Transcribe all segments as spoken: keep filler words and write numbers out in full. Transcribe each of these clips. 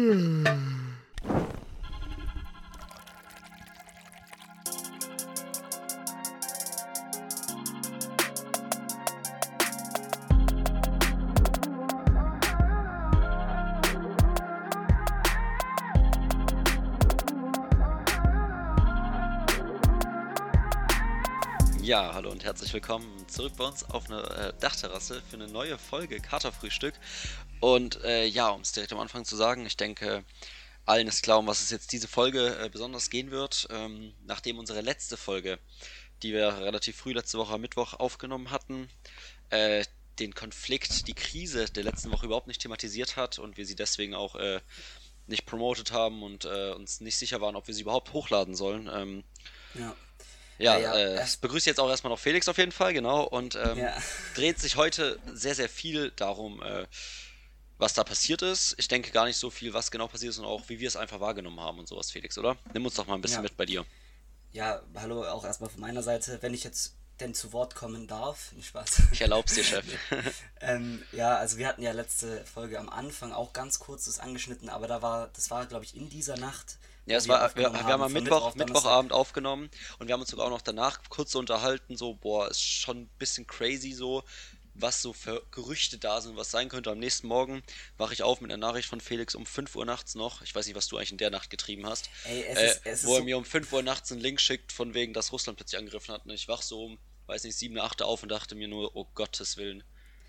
Ja, hallo und herzlich willkommen zurück bei uns auf einer äh, Dachterrasse für eine neue Folge Katerfrühstück. Und äh, ja, um es direkt am Anfang zu sagen, ich denke, allen ist klar, um was es jetzt diese Folge äh, besonders gehen wird. Ähm, nachdem unsere letzte Folge, die wir relativ früh letzte Woche am Mittwoch aufgenommen hatten, äh, den Konflikt, die Krise der letzten Woche überhaupt nicht thematisiert hat und wir sie deswegen auch äh, nicht promotet haben und äh, uns nicht sicher waren, ob wir sie überhaupt hochladen sollen. Ähm, Ja, Ja, äh, ja, äh, ich erst, begrüße jetzt auch erstmal noch Felix auf jeden Fall, genau. Und ähm, ja, dreht sich heute sehr, sehr viel darum, äh, was da passiert ist. Ich denke gar nicht so viel, was genau passiert ist und auch, wie wir es einfach wahrgenommen haben und sowas, Felix, oder? Nimm uns doch mal ein bisschen ja, mit bei dir. ja, hallo auch erstmal von meiner Seite, wenn ich jetzt denn zu Wort kommen darf, nicht Spaß. Ich erlaub's dir, Chef. ähm, ja, also wir hatten ja letzte Folge am Anfang auch ganz kurz das angeschnitten, aber da war, das war glaube ich in dieser Nacht, Ja, wo es wir war, wir, aufgenommen wir haben haben, am von Mittwoch Mittwoch, auf Donnerstag. Mittwochabend aufgenommen und wir haben uns sogar auch noch danach kurz so unterhalten, so, boah, ist schon ein bisschen crazy so, was so für Gerüchte da sind, was sein könnte. Am nächsten Morgen wache ich auf mit einer Nachricht von Felix um fünf Uhr nachts noch. Ich weiß nicht, was du eigentlich in der Nacht getrieben hast. Ey, es Äh, ist, es ist wo er so, mir um fünf Uhr nachts einen Link schickt, von wegen, dass Russland plötzlich angegriffen hat. Und ich wach so um, weiß nicht, sieben, acht auf und dachte mir nur, oh Gottes Willen.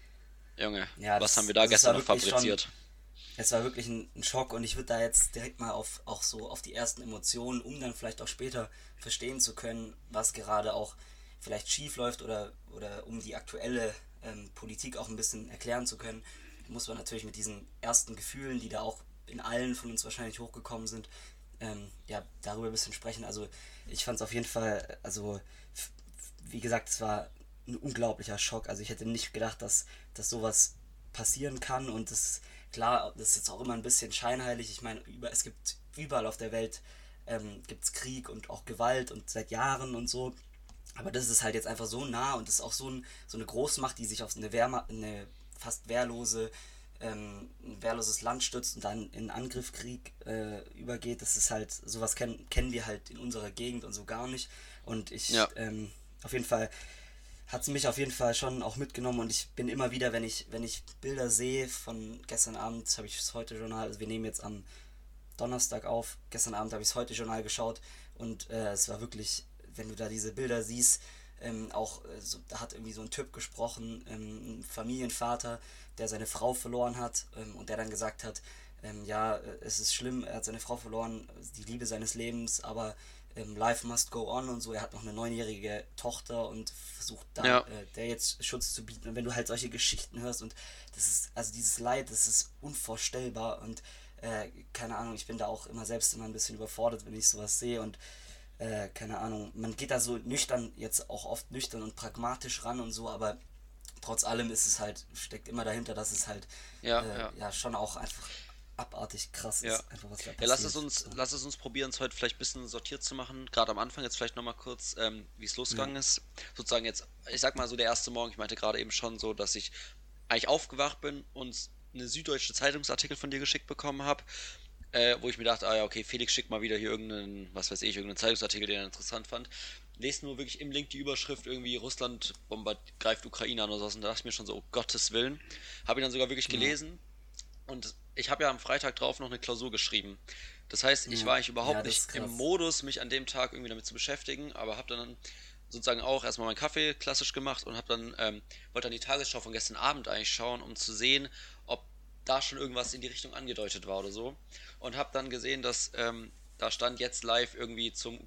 Junge, ja, was haben wir das, da also es gestern war noch wirklich schon, fabriziert? es war wirklich ein, ein Schock und ich würde da jetzt direkt mal auf auch so auf die ersten Emotionen, um dann vielleicht auch später verstehen zu können, was gerade auch vielleicht schief läuft oder, oder um die aktuelle ähm, Politik auch ein bisschen erklären zu können, muss man natürlich mit diesen ersten Gefühlen, die da auch in allen von uns wahrscheinlich hochgekommen sind, ähm, ja, darüber ein bisschen sprechen. Also ich fand es auf jeden Fall, also f- wie gesagt, es war ein unglaublicher Schock. Also ich hätte nicht gedacht, dass, dass sowas passieren kann und das, klar, das ist jetzt auch immer ein bisschen scheinheilig. Ich meine, über, es gibt überall auf der Welt ähm, gibt's Krieg und auch Gewalt und seit Jahren und so. Aber das ist halt jetzt einfach so nah und das ist auch so, ein, so eine Großmacht, die sich auf eine, Wehrma eine fast wehrlose, ähm, ein wehrloses Land stützt und dann in Angriffskrieg äh, übergeht. Das ist halt, sowas kennen, kennen wir halt in unserer Gegend und so gar nicht. Und ich, Ja, ähm, auf jeden Fall hat es mich auf jeden Fall schon auch mitgenommen und ich bin immer wieder, wenn ich, wenn ich Bilder sehe von gestern Abend, habe ich das Heute-Journal, also wir nehmen jetzt am Donnerstag auf, gestern Abend habe ich das Heute-Journal geschaut und äh, es war wirklich, wenn du da diese Bilder siehst, ähm, auch, äh, so, da hat irgendwie so ein Typ gesprochen, ähm, ein Familienvater, der seine Frau verloren hat ähm, und der dann gesagt hat, ähm, ja, äh, es ist schlimm, er hat seine Frau verloren, die Liebe seines Lebens, aber ähm, life must go on und so, er hat noch eine neunjährige Tochter und versucht da ja, äh, der jetzt Schutz zu bieten und wenn du halt solche Geschichten hörst und das ist, also dieses Leid, das ist unvorstellbar und äh, keine Ahnung, ich bin da auch immer selbst immer ein bisschen überfordert, wenn ich sowas sehe und äh, keine Ahnung, man geht da so nüchtern, jetzt auch oft nüchtern und pragmatisch ran und so, aber trotz allem ist es halt, steckt immer dahinter, dass es halt ja, ja. äh, ja schon auch einfach abartig krass Ja. ist, einfach was da Ja, lass es passiert. uns, So. lass es uns probieren, es heute vielleicht ein bisschen sortiert zu machen. Gerade am Anfang jetzt vielleicht nochmal kurz, ähm, wie es Ja, losgegangen ist. Sozusagen jetzt, ich sag mal so der erste Morgen, ich meinte gerade eben schon so, dass ich eigentlich aufgewacht bin und eine süddeutsche Zeitungsartikel von dir geschickt bekommen habe, äh, wo ich mir dachte, ah ja, okay, Felix schickt mal wieder hier irgendeinen, was weiß ich, irgendeinen Zeitungsartikel, den er interessant fand. Lest nur wirklich im Link die Überschrift irgendwie Russland bombard greift Ukraine an oder so und da dachte ich mir schon so, um Gottes Willen. Habe ihn dann sogar wirklich ja, gelesen und ich habe ja am Freitag drauf noch eine Klausur geschrieben. Das heißt, ich war ja, eigentlich ja, überhaupt das ist nicht im krass. Modus, mich an dem Tag irgendwie damit zu beschäftigen, aber habe dann sozusagen auch erstmal meinen Kaffee klassisch gemacht und habe dann, ähm, wollte dann die Tagesschau von gestern Abend eigentlich schauen, um zu sehen, ob da schon irgendwas in die Richtung angedeutet war oder so. Und habe dann gesehen, dass ähm, da stand jetzt live irgendwie zum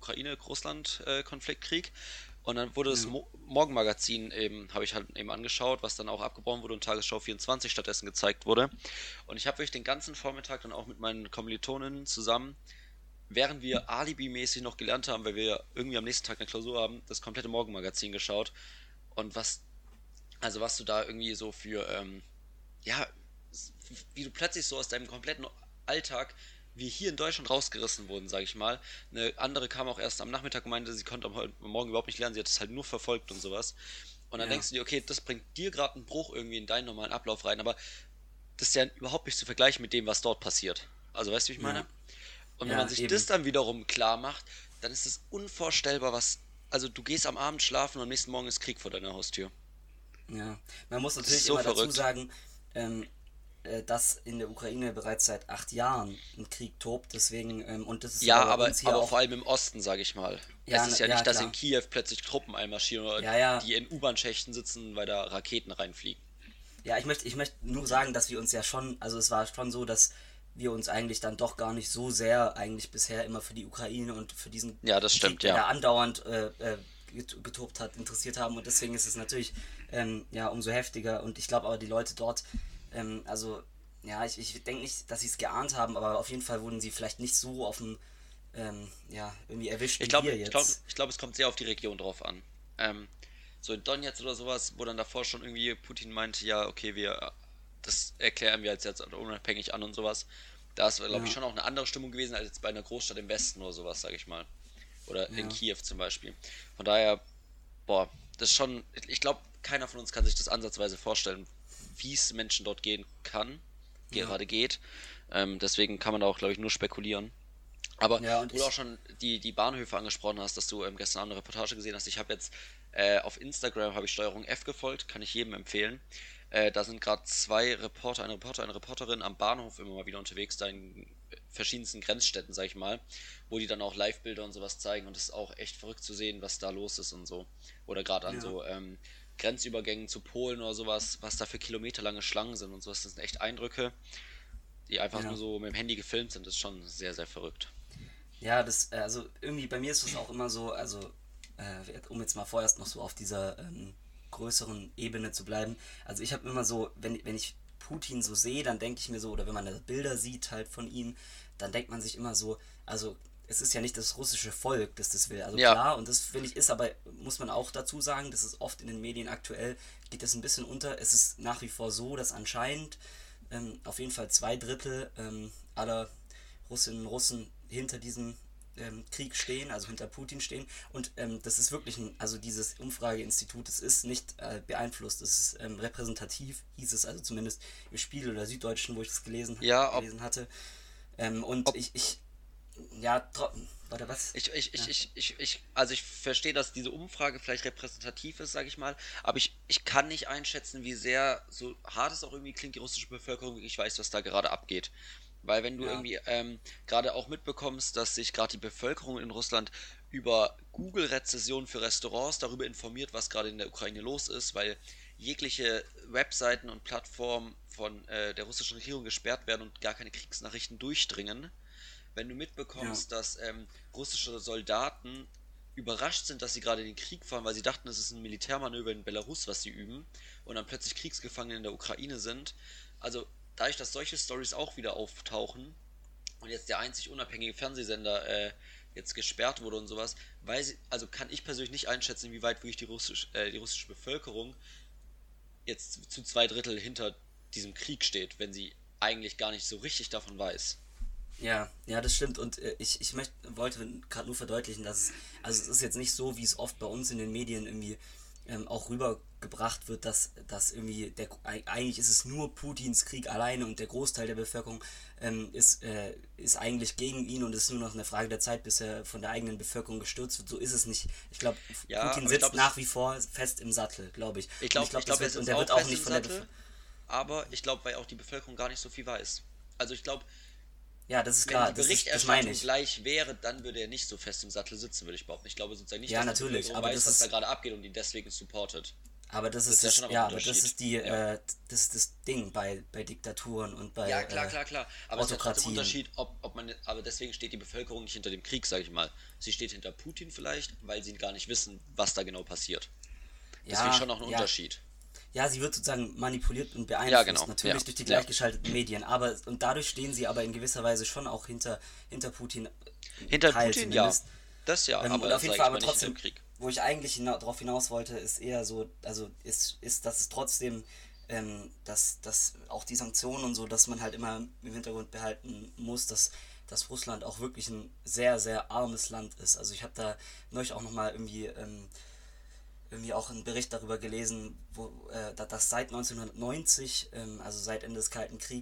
Ukraine-Russland-Konfliktkrieg. Und dann wurde das Ja, Mo Morgenmagazin eben, habe ich halt eben angeschaut, was dann auch abgebrochen wurde und Tagesschau vierundzwanzig stattdessen gezeigt wurde. Und ich habe wirklich den ganzen Vormittag dann auch mit meinen Kommilitoninnen zusammen, während wir alibimäßig noch gelernt haben, weil wir irgendwie am nächsten Tag eine Klausur haben, das komplette Morgenmagazin geschaut. Und was, also was du da irgendwie so für, ähm, ja, wie du plötzlich so aus deinem kompletten Alltag, wie hier in Deutschland rausgerissen wurden, sage ich mal. Eine andere kam auch erst am Nachmittag und meinte, sie konnte am Morgen überhaupt nicht lernen, sie hat es halt nur verfolgt und sowas. Und dann ja, denkst du dir, okay, das bringt dir gerade einen Bruch irgendwie in deinen normalen Ablauf rein, aber das ist ja überhaupt nicht zu vergleichen mit dem, was dort passiert. Also weißt du, wie ich meine? Ja, Und wenn man ja, sich das eben. dann wiederum klar macht, dann ist es unvorstellbar, was. Also du gehst am Abend schlafen und am nächsten Morgen ist Krieg vor deiner Haustür. Ja. Man muss Das ist natürlich so immer dazu verrückt. sagen, ähm, äh, dass in der Ukraine bereits seit acht Jahren ein Krieg tobt, deswegen, ähm, und das ist Ja, aber bei aber, uns hier aber auch, vor allem im Osten, sage ich mal. Es ja, ist n- ja ja, nicht, dass in klar. Kiew plötzlich Truppen einmarschieren oder Ja, ja, die in U-Bahn-Schächten sitzen, weil da Raketen reinfliegen. ja, ich möchte, ich möchte nur sagen, dass wir uns ja schon, also es war schon so, dass wir uns eigentlich dann doch gar nicht so sehr eigentlich bisher immer für die Ukraine und für diesen Ja, das Krieg, stimmt, der ja. da andauernd äh, äh, get- getobt hat, interessiert haben und deswegen ist es natürlich ähm, ja umso heftiger und ich glaube aber die Leute dort, ähm, also ja, ich, ich denke nicht, dass sie es geahnt haben, aber auf jeden Fall wurden sie vielleicht nicht so auf dem, ähm, ja, irgendwie erwischt Ich wie glaube, wir ich glaube, jetzt. ich glaube, es kommt sehr auf die Region drauf an. Ähm, so in Donetsk oder sowas, wo dann davor schon irgendwie Putin meinte, ja, okay, wir, das erklären wir als jetzt unabhängig an und sowas. Da ist, glaube ich, Ja, schon auch eine andere Stimmung gewesen als jetzt bei einer Großstadt im Westen oder sowas, sage ich mal. Oder in ja, Kiew zum Beispiel. Von daher, boah, das ist schon, ich glaube, keiner von uns kann sich das ansatzweise vorstellen, wie es Menschen dort gehen kann, ja, gerade geht. Ähm, deswegen kann man da auch, glaube ich, nur spekulieren. Aber ja und wo du auch ich, schon die, die Bahnhöfe angesprochen hast, dass du ähm, gestern Abend eine Reportage gesehen hast, ich habe jetzt äh, auf Instagram habe ich Steuerung F gefolgt, kann ich jedem empfehlen. Äh, da sind gerade zwei Reporter, ein Reporter, eine Reporterin am Bahnhof immer mal wieder unterwegs, da in verschiedensten Grenzstädten, sag ich mal, wo die dann auch Live-Bilder und sowas zeigen und es ist auch echt verrückt zu sehen, was da los ist und so. Oder gerade an ja. so ähm, Grenzübergängen zu Polen oder sowas, was da für kilometerlange Schlangen sind und sowas, das sind echt Eindrücke, die einfach nur Ja. so mit dem Handy gefilmt sind, das ist schon sehr, sehr verrückt. Ja, das, äh, also irgendwie bei mir ist es auch immer so, also äh, um jetzt mal vorerst noch so auf dieser ähm, größeren Ebene zu bleiben. Also ich habe immer so, wenn, wenn ich Putin so sehe, dann denke ich mir so, oder wenn man da Bilder sieht halt von ihm, dann denkt man sich immer so, also es ist ja nicht das russische Volk, das das will. Also Ja, klar, und das finde ich ist aber, muss man auch dazu sagen, das ist oft in den Medien aktuell, geht das ein bisschen unter. Es ist nach wie vor so, dass anscheinend ähm, auf jeden Fall zwei Drittel ähm, aller Russinnen und Russen hinter diesem ähm, Krieg stehen, also hinter Putin stehen. Und ähm, das ist wirklich ein, also dieses Umfrageinstitut, es ist nicht äh, beeinflusst, es ist ähm, repräsentativ, hieß es also zumindest im Spiegel oder Süddeutschen, wo ich das gelesen, ja, ob, gelesen hatte. Ähm, und ob, ich, ich, ja, tro- warte, was? ich, ich, ich, Ja, ich, ich, ich, also ich verstehe, dass diese Umfrage vielleicht repräsentativ ist, sage ich mal, aber ich, ich kann nicht einschätzen, wie sehr, so hart es auch irgendwie klingt, die russische Bevölkerung wirklich weiß, was da gerade abgeht. Weil wenn du ja, irgendwie ähm, gerade auch mitbekommst, dass sich gerade die Bevölkerung in Russland über Google-Rezessionen für Restaurants darüber informiert, was gerade in der Ukraine los ist, weil jegliche Webseiten und Plattformen von äh, der russischen Regierung gesperrt werden und gar keine Kriegsnachrichten durchdringen, wenn du ja, mitbekommst, dass ähm, russische Soldaten überrascht sind, dass sie gerade in den Krieg fahren, weil sie dachten, es ist ein Militärmanöver in Belarus, was sie üben, und dann plötzlich Kriegsgefangene in der Ukraine sind. Also dadurch, dass solche Stories auch wieder auftauchen und jetzt der einzig unabhängige Fernsehsender äh, jetzt gesperrt wurde und sowas, weiß ich, also kann ich persönlich nicht einschätzen, wie weit wirklich die, russisch, äh, die russische Bevölkerung jetzt zu zwei Drittel hinter diesem Krieg steht, wenn sie eigentlich gar nicht so richtig davon weiß. ja, ja, das stimmt. Und äh, ich, ich möcht, wollte gerade nur verdeutlichen, dass es, also es ist jetzt nicht so, wie es oft bei uns in den Medien irgendwie ähm, auch rübergebracht wird, dass, dass irgendwie der, eigentlich ist es nur Putins Krieg alleine und der Großteil der Bevölkerung ähm, ist, äh, ist eigentlich gegen ihn und es ist nur noch eine Frage der Zeit, bis er von der eigenen Bevölkerung gestürzt wird. So ist es nicht. Ich glaube, Ja, Putin aber ich sitzt glaube, es nach wie vor fest im Sattel, glaube ich. Ich Und ich glaube, ich glaube, das glaube, er wird, und sitzt der auch wird auch fest nicht im von der Sattel, Bevölkerung. aber ich glaube, weil auch die Bevölkerung gar nicht so viel weiß. Also ich glaube, Ja, das ist wenn klar, die das ist, das meine Berichterstattung ich. gleich wäre, dann würde er nicht so fest im Sattel sitzen, würde ich behaupten. Ich glaube sozusagen nicht, Ja, dass die natürlich, Bevölkerung aber weiß, das was da ist, gerade abgeht und ihn deswegen supportet. Aber das Das ist ist ja schon das, noch ein ja, aber das Unterschied. ist die, Ja. äh, das ist das Ding bei, bei Diktaturen und bei Ja, klar, äh, klar, klar. Aber es ist ja trotzdem ein Autokratien. Unterschied, ob, ob man. Aber deswegen steht die Bevölkerung nicht hinter dem Krieg, sage ich mal. Sie steht hinter Putin vielleicht, weil sie gar nicht wissen, was da genau passiert. Das finde ich Ja, schon noch ein ja, Unterschied. ja, sie wird sozusagen manipuliert und Ja, beeinflusst, genau. Ja. natürlich durch die Ja. gleichgeschalteten Medien, aber und dadurch stehen sie aber in gewisser Weise schon auch hinter, hinter Putin, ein Hinter Teil Putin, ja. zumindest. Das ja, Ähm, und aber auf jeden sage Fall ich aber mal nicht hinter dem trotzdem, Krieg. wo ich eigentlich hina darauf hinaus wollte, ist eher so, also ist, ist, dass es trotzdem, ähm, dass, dass auch die Sanktionen und so, dass man halt immer im Hintergrund behalten muss, dass, dass Russland auch wirklich ein sehr, sehr armes Land ist. Also ich habe da neulich auch nochmal irgendwie, ähm, irgendwie auch einen Bericht darüber gelesen, wo, äh, dass seit neunzehnhundertneunzig, ähm, also seit Ende des Kalten Kriegs,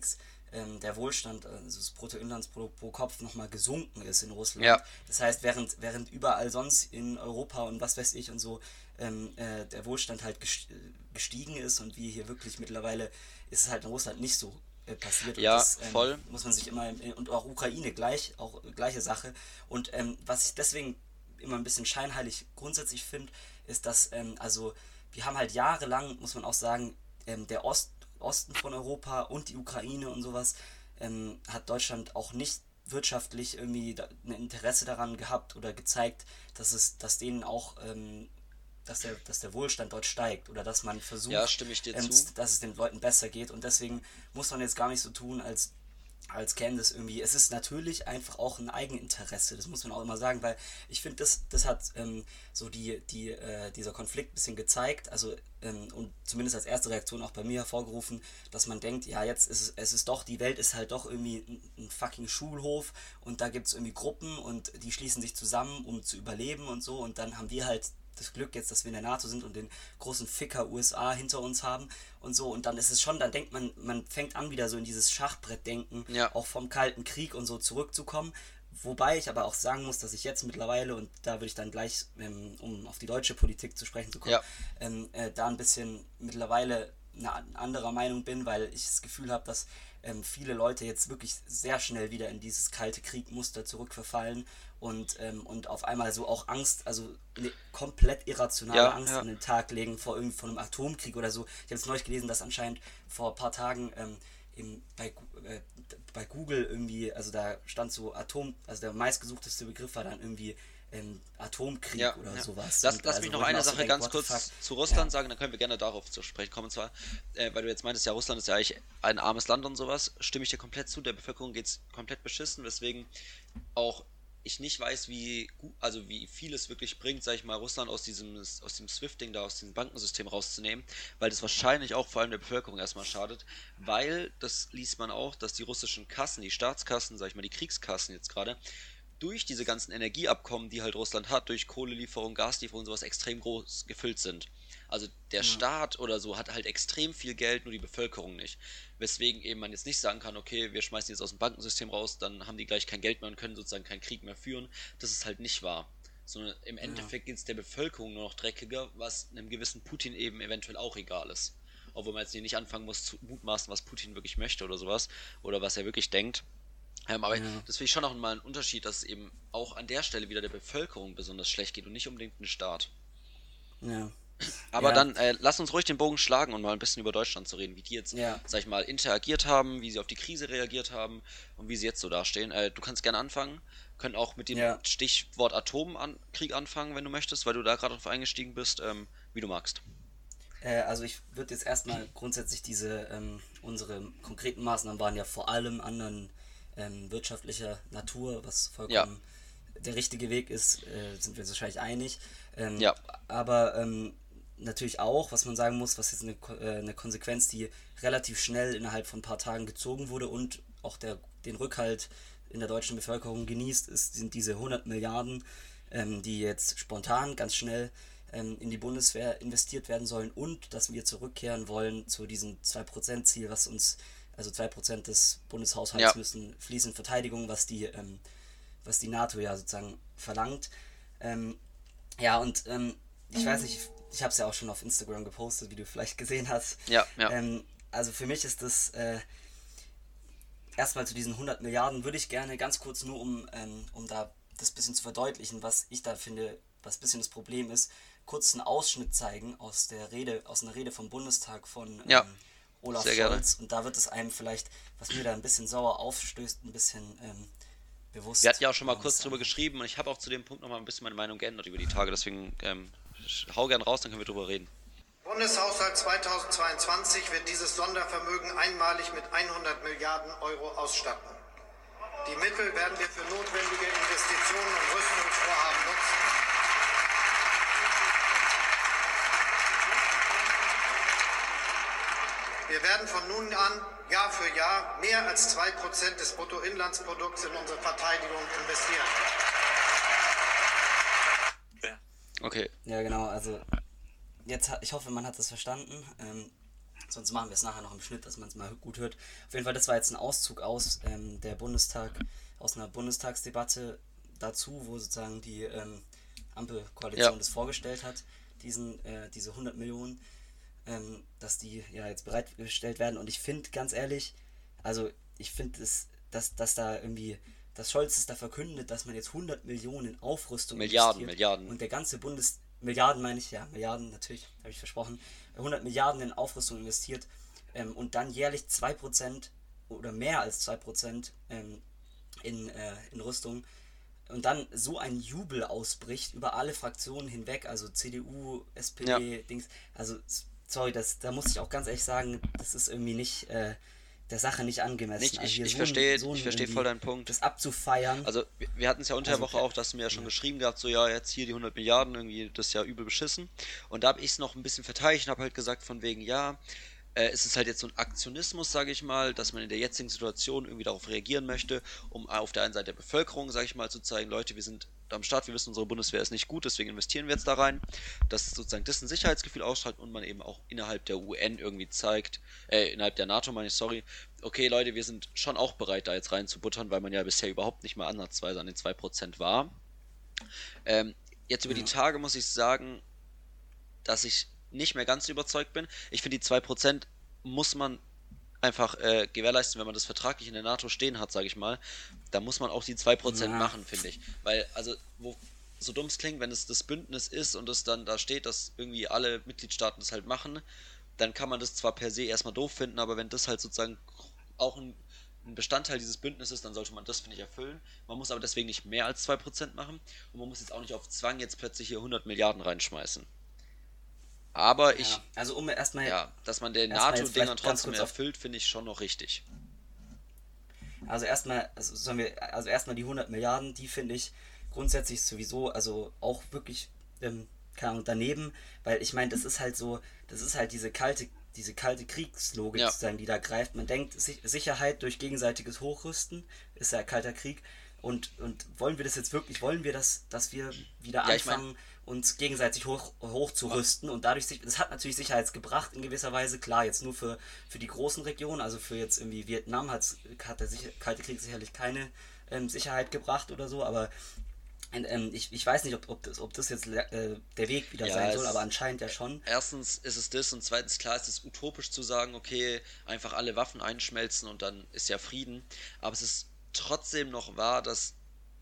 ähm, der Wohlstand, also das Bruttoinlandsprodukt pro Kopf nochmal gesunken ist in Russland. Ja. Das heißt, während, während überall sonst in Europa und was weiß ich und so ähm, äh, der Wohlstand halt gestiegen ist und wir hier wirklich mittlerweile, ist es halt in Russland nicht so äh, passiert. Ja, und das ähm, voll. muss man sich immer, und auch Ukraine gleich, auch gleiche Sache. Und ähm, was ich deswegen immer ein bisschen scheinheilig grundsätzlich finde, ist, dass, ähm, also wir haben halt jahrelang, muss man auch sagen, ähm, der Ost, Osten von Europa und die Ukraine und sowas, ähm, hat Deutschland auch nicht wirtschaftlich irgendwie da, ein Interesse daran gehabt oder gezeigt, dass es, dass denen auch, ähm, dass der, dass der Wohlstand dort steigt oder dass man versucht, Ja, stimme ich dir ähm, zu. dass es den Leuten besser geht, und deswegen muss man jetzt gar nicht so tun, als als käme das irgendwie. Es ist natürlich einfach auch ein Eigeninteresse, das muss man auch immer sagen, weil ich finde, das, das hat ähm, so die, die, äh, dieser Konflikt ein bisschen gezeigt, also ähm, und zumindest als erste Reaktion auch bei mir hervorgerufen, dass man denkt, ja, jetzt ist es, es ist doch, die Welt ist halt doch irgendwie ein, ein fucking Schulhof und da gibt es irgendwie Gruppen und die schließen sich zusammen, um zu überleben und so, und dann haben wir halt das Glück jetzt, dass wir in der NATO sind und den großen Ficker U S A hinter uns haben und so, und dann ist es schon, dann denkt man, man fängt an wieder so in dieses Schachbrettdenken, Ja. auch vom Kalten Krieg und so zurückzukommen, wobei ich aber auch sagen muss, dass ich jetzt mittlerweile, und da würde ich dann gleich, ähm, um auf die deutsche Politik zu sprechen zu kommen, Ja. ähm, äh, da ein bisschen mittlerweile eine anderer Meinung bin, weil ich das Gefühl habe, dass ähm, viele Leute jetzt wirklich sehr schnell wieder in dieses kalte Kriegmuster zurückverfallen und, ähm, und auf einmal so auch Angst, also eine komplett irrationale Ja, Angst ja. an den Tag legen vor irgendwie von einem Atomkrieg oder so. Ich habe jetzt neulich gelesen, dass anscheinend vor ein paar Tagen ähm, im, bei, äh, bei Google irgendwie, also da stand so Atom, also der meistgesuchteste Begriff war dann irgendwie ähm, Atomkrieg Ja, oder ja. sowas. Lass, Und lass also, mich wo noch ich mir eine auch so Sache denk, ganz what the fuck? kurz zu Russland Ja. sagen, dann können wir gerne darauf zu sprechen kommen. Und zwar, äh, weil du jetzt meintest, ja, Russland ist ja eigentlich ein armes Land und sowas, stimme ich dir komplett zu. Der Bevölkerung geht es komplett beschissen, weswegen auch ich nicht weiß, wie gu- also wie viel es wirklich bringt, sag ich mal, Russland aus diesem, aus dem SWIFT-Ding da, aus diesem Bankensystem rauszunehmen, weil das wahrscheinlich auch vor allem der Bevölkerung erstmal schadet, weil, das liest man auch, dass die russischen Kassen, die Staatskassen, sag ich mal, die Kriegskassen jetzt gerade, durch diese ganzen Energieabkommen, die halt Russland hat, durch Kohlelieferung, Gaslieferung und sowas extrem groß gefüllt sind. Also der Ja. Staat oder so hat halt extrem viel Geld, nur die Bevölkerung nicht. Weswegen eben man jetzt nicht sagen kann, okay, wir schmeißen jetzt aus dem Bankensystem raus, dann haben die gleich kein Geld mehr und können sozusagen keinen Krieg mehr führen. Das ist halt nicht wahr. Sondern im Ja. Endeffekt geht es der Bevölkerung nur noch dreckiger, was einem gewissen Putin eben eventuell auch egal ist. Obwohl man jetzt hier nicht anfangen muss zu mutmaßen, was Putin wirklich möchte oder sowas. Oder was er wirklich denkt. Ähm, aber Ja. das finde ich schon auch mal ein Unterschied, dass es eben auch an der Stelle wieder der Bevölkerung besonders schlecht geht und nicht unbedingt dem Staat. Ja. Aber Ja. dann äh, lass uns ruhig den Bogen schlagen und mal ein bisschen über Deutschland zu reden, wie die jetzt, Ja. sag ich mal, interagiert haben, wie sie auf die Krise reagiert haben und wie sie jetzt so dastehen. Äh, du kannst gerne anfangen, können auch mit dem Ja. Stichwort Atomkrieg anfangen, wenn du möchtest, weil du da gerade drauf eingestiegen bist, ähm, wie du magst. Äh, also ich würde jetzt erstmal grundsätzlich diese, ähm, unsere konkreten Maßnahmen waren ja vor allem anderen ähm, wirtschaftlicher Natur, was Ja, vollkommen der richtige Weg ist, äh, sind wir uns wahrscheinlich einig. Ähm, ja, aber ähm, natürlich auch, was man sagen muss, was jetzt eine, Ko- äh, eine Konsequenz, die relativ schnell innerhalb von ein paar Tagen gezogen wurde und auch der, den Rückhalt in der deutschen Bevölkerung genießt, ist, sind diese hundert Milliarden, ähm, die jetzt spontan ganz schnell ähm, in die Bundeswehr investiert werden sollen, und dass wir zurückkehren wollen zu diesem zwei Prozent Ziel, was uns, also zwei Prozent des ja, Bundeshaushalts müssen fließen in Verteidigung, was die, ähm, was die NATO ja sozusagen verlangt. Ähm, ja, und ähm, ich weiß nicht, ich habe es ja auch schon auf Instagram gepostet, wie du vielleicht gesehen hast. ja, ja, Ähm, also für mich ist das, äh, erstmal zu diesen hundert Milliarden würde ich gerne ganz kurz nur, um, ähm, um da das bisschen zu verdeutlichen, was ich da finde, was ein bisschen das Problem ist, kurz einen Ausschnitt zeigen aus der Rede, aus einer Rede vom Bundestag von ja, ähm, Olaf sehr gerne. Scholz, und da wird es einem vielleicht, was mir da ein bisschen sauer aufstößt, ein bisschen ähm, Wir hatten bewusst, ja auch schon wenn mal man das kurz drüber sagen kann. geschrieben und ich habe auch zu dem Punkt nochmal ein bisschen meine Meinung geändert über die Tage, deswegen ähm, hau gern raus, dann können wir drüber reden. Bundeshaushalt zweitausendzweiundzwanzig wird dieses Sondervermögen einmalig mit hundert Milliarden Euro ausstatten. Die Mittel werden wir für notwendige Investitionen und Rüstungsvorhaben nutzen. Wir werden von nun an Jahr für Jahr mehr als zwei Prozent des Bruttoinlandsprodukts in unsere Verteidigung investieren. Okay, Ja, genau, also jetzt, ha- ich hoffe, man hat das verstanden. Ähm, Sonst machen wir es nachher noch im Schnitt, dass man es mal gut hört. Auf jeden Fall, das war jetzt ein Auszug aus ähm, der Bundestag, aus einer Bundestagsdebatte dazu, wo sozusagen die ähm, Ampelkoalition Ja. das vorgestellt hat, diesen, äh, diese hundert Millionen, ähm, dass die ja jetzt bereitgestellt werden. Und ich finde, ganz ehrlich, also ich finde, es, dass, dass da irgendwie, dass Scholz es da verkündet, dass man jetzt hundert Millionen in Aufrüstung Milliarden, investiert. Milliarden. Und der ganze Bundes... Milliarden meine ich, ja, Milliarden, natürlich, habe ich versprochen. hundert Milliarden in Aufrüstung investiert ähm, und dann jährlich zwei Prozent oder mehr als zwei Prozent ähm, in, äh, in Rüstung. Und dann so ein Jubel ausbricht über alle Fraktionen hinweg, also C D U, S P D, Ja. Dings. Also, sorry, das, da muss ich auch ganz ehrlich sagen, das ist irgendwie nicht äh, der Sache nicht angemessen. Nicht, Also ich hier ich so ein- verstehe so ein ich verstehe irgendwie voll deinen Punkt. Das abzufeiern. Also wir, wir hatten es ja unter der Also, Woche auch, dass du mir ja schon geschrieben gehabt, so ja, jetzt hier die hundert Milliarden, irgendwie das ist ja übel beschissen. Und da habe ich es noch ein bisschen verteidigt und habe halt gesagt von wegen, ja, äh, es ist halt jetzt so ein Aktionismus, sage ich mal, dass man in der jetzigen Situation irgendwie darauf reagieren möchte, um auf der einen Seite der Bevölkerung, sage ich mal, zu zeigen, Leute, wir sind am Start, wir wissen, unsere Bundeswehr ist nicht gut, deswegen investieren wir jetzt da rein, dass sozusagen das ein Sicherheitsgefühl ausstrahlt und man eben auch innerhalb der U N irgendwie zeigt, äh, innerhalb der NATO meine ich, sorry, okay Leute, wir sind schon auch bereit, da jetzt rein zu buttern, weil man ja bisher überhaupt nicht mal ansatzweise an den zwei Prozent war. Ähm, jetzt über die Tage muss ich sagen, dass ich nicht mehr ganz überzeugt bin. Ich finde, die zwei Prozent muss man einfach äh, gewährleisten, wenn man das vertraglich in der NATO stehen hat, sage ich mal. Da muss man auch die zwei Prozent Ja. machen, finde ich. Weil, also, wo, so dumm es klingt, wenn es das Bündnis ist und es dann da steht, dass irgendwie alle Mitgliedstaaten das halt machen, dann kann man das zwar per se erstmal doof finden, aber wenn das halt sozusagen auch ein, ein Bestandteil dieses Bündnisses ist, dann sollte man das, finde ich, erfüllen. Man muss aber deswegen nicht mehr als zwei Prozent machen und man muss jetzt auch nicht auf Zwang jetzt plötzlich hier hundert Milliarden reinschmeißen. Aber ich, ja, also um erstmal ja, dass man den Erstmal jetzt NATO-Dingern vielleicht ganz trotzdem kurz auf- erfüllt, finde ich schon noch richtig. Also erstmal, also sollen wir, also erstmal die hundert Milliarden, die finde ich grundsätzlich sowieso, also auch wirklich, ähm, keine Ahnung, daneben, weil ich meine, das ist halt so, das ist halt diese kalte, diese kalte Kriegslogik Ja. sozusagen, die da greift. Man denkt, Si- Sicherheit durch gegenseitiges Hochrüsten ist ja kalter Krieg. Und, und wollen wir das jetzt wirklich, wollen wir das, dass wir wieder Ja, ich mein- anfangen, uns gegenseitig hoch, hochzurüsten und dadurch, sich- das hat natürlich Sicherheit gebracht in gewisser Weise, klar, jetzt nur für, für die großen Regionen, also für jetzt irgendwie Vietnam hat's, hat der sicher, Kalte Krieg sicherlich keine ähm, Sicherheit gebracht oder so, aber und, ähm, ich, ich weiß nicht, ob, ob, das, ob das jetzt äh, der Weg wieder Ja, sein es- soll, aber anscheinend ja schon. Erstens ist es das und zweitens, klar ist es utopisch zu sagen, okay, einfach alle Waffen einschmelzen und dann ist ja Frieden. Aber es ist trotzdem noch wahr, dass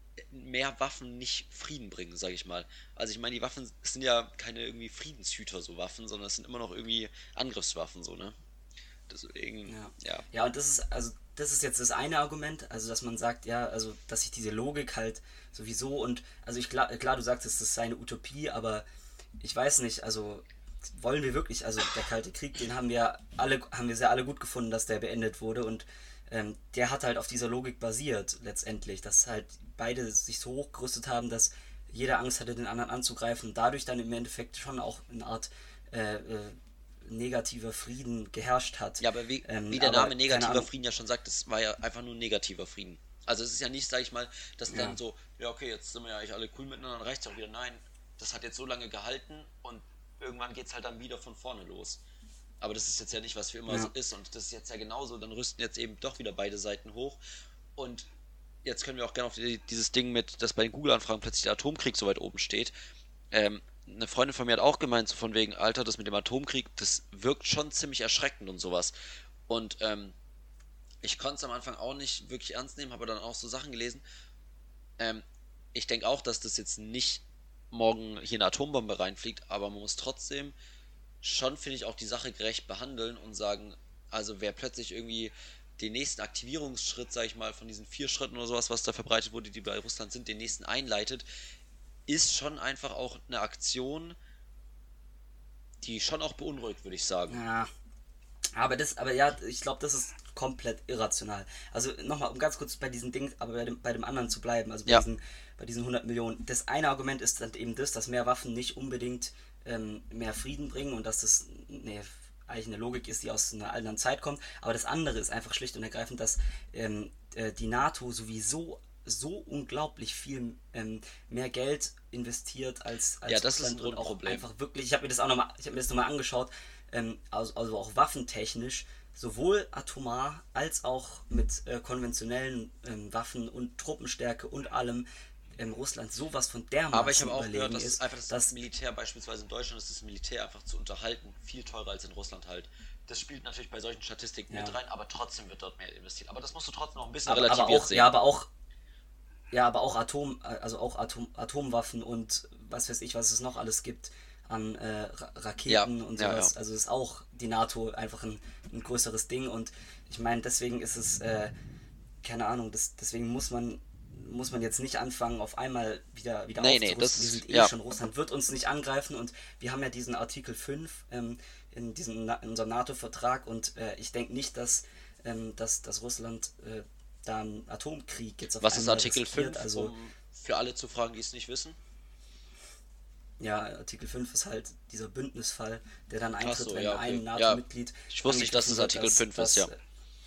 mehr Waffen nicht Frieden bringen, sage ich mal. Also ich meine, die Waffen sind ja keine irgendwie Friedenshüter, so Waffen, sondern es sind immer noch irgendwie Angriffswaffen, so, ne? Deswegen, Ja. ja. Ja, und das ist, also, das ist jetzt das eine Argument, also, dass man sagt, ja, also, dass sich diese Logik halt sowieso und, also, ich, klar, klar, du sagst, es ist eine Utopie, aber ich weiß nicht, also, wollen wir wirklich, also, der Kalte Krieg, den haben wir alle, haben wir sehr alle gut gefunden, dass der beendet wurde und ähm, der hat halt auf dieser Logik basiert, letztendlich, dass halt beide sich so hochgerüstet haben, dass jeder Angst hatte, den anderen anzugreifen und dadurch dann im Endeffekt schon auch eine Art äh, äh, negativer Frieden geherrscht hat. Ja, aber wie, Ähm, wie der aber Name keine negativer Ahnung. Frieden ja schon sagt, das war ja einfach nur negativer Frieden. Also es ist ja nicht, sag ich mal, dass Ja. dann so, ja okay, jetzt sind wir ja eigentlich alle cool miteinander, dann reicht's auch wieder. Nein, das hat jetzt so lange gehalten und irgendwann geht's halt dann wieder von vorne los. Aber das ist jetzt ja nicht, was für immer Ja. so ist und das ist jetzt ja genauso, dann rüsten jetzt eben doch wieder beide Seiten hoch und jetzt können wir auch gerne auf die, dieses Ding mit, dass bei den Google-Anfragen plötzlich der Atomkrieg so weit oben steht. Ähm, eine Freundin von mir hat auch gemeint, so von wegen, Alter, das mit dem Atomkrieg, das wirkt schon ziemlich erschreckend und sowas. Und ähm, ich konnte es am Anfang auch nicht wirklich ernst nehmen, habe dann auch so Sachen gelesen. Ähm, ich denke auch, dass das jetzt nicht morgen hier eine Atombombe reinfliegt, aber man muss trotzdem schon, finde ich, auch die Sache gerecht behandeln und sagen, also wer plötzlich irgendwie den nächsten Aktivierungsschritt, sag ich mal, von diesen vier Schritten oder sowas, was da verbreitet wurde, die bei Russland sind, den nächsten einleitet, ist schon einfach auch eine Aktion, die schon auch beunruhigt, würde ich sagen. Ja. Aber das, aber ja, ich glaube, das ist komplett irrational. Also nochmal, um ganz kurz bei diesen Dingen, aber bei dem, bei dem anderen zu bleiben, also bei, Ja. diesen, bei diesen hundert Millionen. Das eine Argument ist dann eben das, dass mehr Waffen nicht unbedingt ähm, mehr Frieden bringen und dass das nee, eigentlich eine Logik ist, die aus einer anderen Zeit kommt. Aber das andere ist einfach schlicht und ergreifend, dass ähm, äh, die NATO sowieso so unglaublich viel ähm, mehr Geld investiert als, als Ja, das ist ein Russland und auch Grundproblem. einfach wirklich, ich habe mir das auch nochmal, ich habe mir das nochmal angeschaut, ähm, also, also auch waffentechnisch, sowohl atomar als auch mit äh, konventionellen ähm, Waffen und Truppenstärke und allem ähm, Russland sowas von dermaßen Aber ich habe auch überlegen gehört, dass ist, einfach das dass Militär, beispielsweise in Deutschland, ist das Militär einfach zu unterhalten viel teurer als in Russland halt. Das spielt natürlich bei solchen Statistiken ja. mit rein, aber trotzdem wird dort mehr investiert. Aber das musst du trotzdem noch ein bisschen aber, relativiert aber auch, sehen. ja, aber auch Ja, aber auch Atom, also auch Atom, Atomwaffen und was weiß ich, was es noch alles gibt an äh, Ra Raketen Ja, und ja, sowas. ja. Also ist auch die NATO einfach ein, ein größeres Ding und ich meine, deswegen ist es, äh, keine Ahnung, das, deswegen muss man muss man jetzt nicht anfangen, auf einmal wieder, wieder Nee, nee, aufzurüsten. das Wir ist, sind eh ja. schon, Russland wird uns nicht angreifen und wir haben ja diesen Artikel fünf ähm, in, diesem, Na- in unserem NATO-Vertrag und äh, ich denke nicht, dass, ähm, dass, dass Russland äh, da einen Atomkrieg jetzt auf Was ist einmal Artikel riskiert. fünf, Also um für alle zu fragen, die es nicht wissen? ja, Artikel fünf ist halt dieser Bündnisfall, der dann Ach eintritt, so, wenn ja, okay. ein Ja, NATO-Mitglied ich wusste nicht, dass angegriffen es wird, Artikel dass, fünf ist, dass, ja.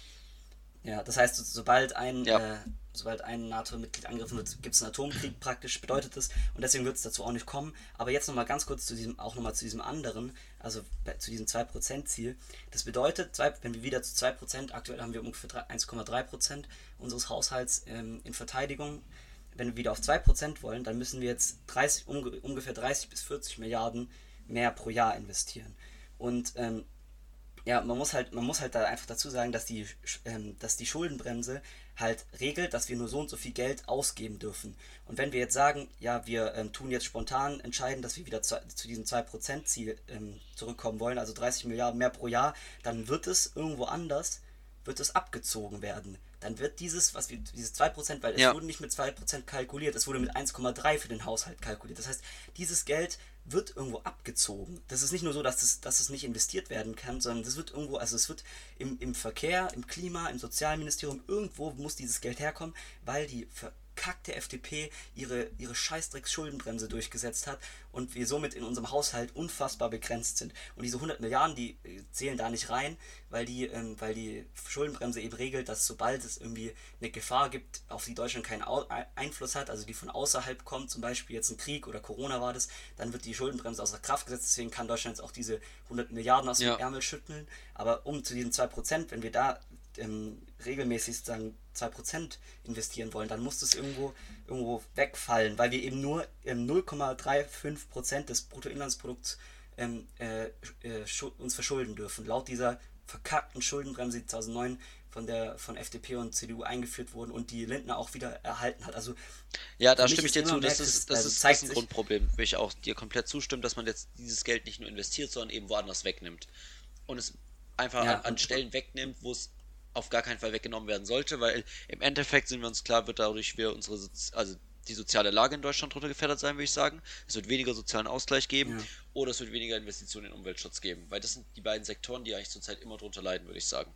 ja, das heißt, so- sobald ein, Ja, äh, sobald ein NATO-Mitglied angegriffen wird, gibt es einen Atomkrieg praktisch, bedeutet das, und deswegen wird es dazu auch nicht kommen. Aber jetzt nochmal ganz kurz zu diesem, auch nochmal zu diesem anderen, also bei- zu diesem zwei Prozent Ziel. Das bedeutet, zwei, wenn wir wieder zu zwei Prozent, aktuell haben wir ungefähr eins Komma drei Prozent unseres Haushalts ähm, in Verteidigung. Wenn wir wieder auf zwei Prozent wollen, dann müssen wir jetzt dreißig, unge, ungefähr dreißig bis vierzig Milliarden mehr pro Jahr investieren. Und ähm, ja, man muss halt, man muss halt da einfach dazu sagen, dass die, ähm, dass die Schuldenbremse halt regelt, dass wir nur so und so viel Geld ausgeben dürfen. Und wenn wir jetzt sagen, ja, wir ähm, tun jetzt spontan entscheiden, dass wir wieder zu, zu diesem zwei Prozent Ziel ähm, zurückkommen wollen, also dreißig Milliarden mehr pro Jahr, dann wird es irgendwo anders, wird es abgezogen werden. Dann wird dieses, was wir, dieses zwei Prozent, weil es ja. wurde nicht mit zwei Prozent kalkuliert, es wurde mit eins Komma drei für den Haushalt kalkuliert. Das heißt, dieses Geld wird irgendwo abgezogen. Das ist nicht nur so, dass es, dass es nicht investiert werden kann, sondern das wird irgendwo, also es wird im, im Verkehr, im Klima, im Sozialministerium, irgendwo muss dieses Geld herkommen, weil die verkackte F D P ihre, ihre Scheißdrecks-Schuldenbremse durchgesetzt hat und wir somit in unserem Haushalt unfassbar begrenzt sind. Und diese hundert Milliarden, die äh, zählen da nicht rein, weil die, ähm, weil die Schuldenbremse eben regelt, dass sobald es irgendwie eine Gefahr gibt, auf die Deutschland keinen Au Einfluss hat, also die von außerhalb kommt, zum Beispiel jetzt ein Krieg oder Corona war das, dann wird die Schuldenbremse außer Kraft gesetzt, deswegen kann Deutschland jetzt auch diese hundert Milliarden aus dem Ja. Ärmel schütteln, aber um zu diesen zwei Prozent, wenn wir da ähm, regelmäßig sozusagen zwei Prozent investieren wollen, dann muss das irgendwo, irgendwo wegfallen, weil wir eben nur ähm, null Komma fünfunddreißig Prozent des Bruttoinlandsprodukts ähm, äh, äh, uns verschulden dürfen. Laut dieser verkackten Schuldenbremse, die zweitausendneun von der von F D P und C D U eingeführt wurden und die Lindner auch wieder erhalten hat. Also Ja, da für mich stimme ich ist dir immer zu. mehr, Das ist, Chris- das also ist, das zeigt ist ein sich, Grundproblem. Will ich auch dir komplett zustimmen, dass man jetzt dieses Geld nicht nur investiert, sondern eben woanders wegnimmt. Und es einfach ja, an, an und, Stellen wegnimmt, wo es auf gar keinen Fall weggenommen werden sollte, weil im Endeffekt sind wir uns klar, wird dadurch wir unsere, Sozi- also die soziale Lage in Deutschland drunter gefährdet sein, würde ich sagen. Es wird weniger sozialen Ausgleich geben ja, oder es wird weniger Investitionen in Umweltschutz geben, weil das sind die beiden Sektoren, die eigentlich zurzeit immer drunter leiden, würde ich sagen.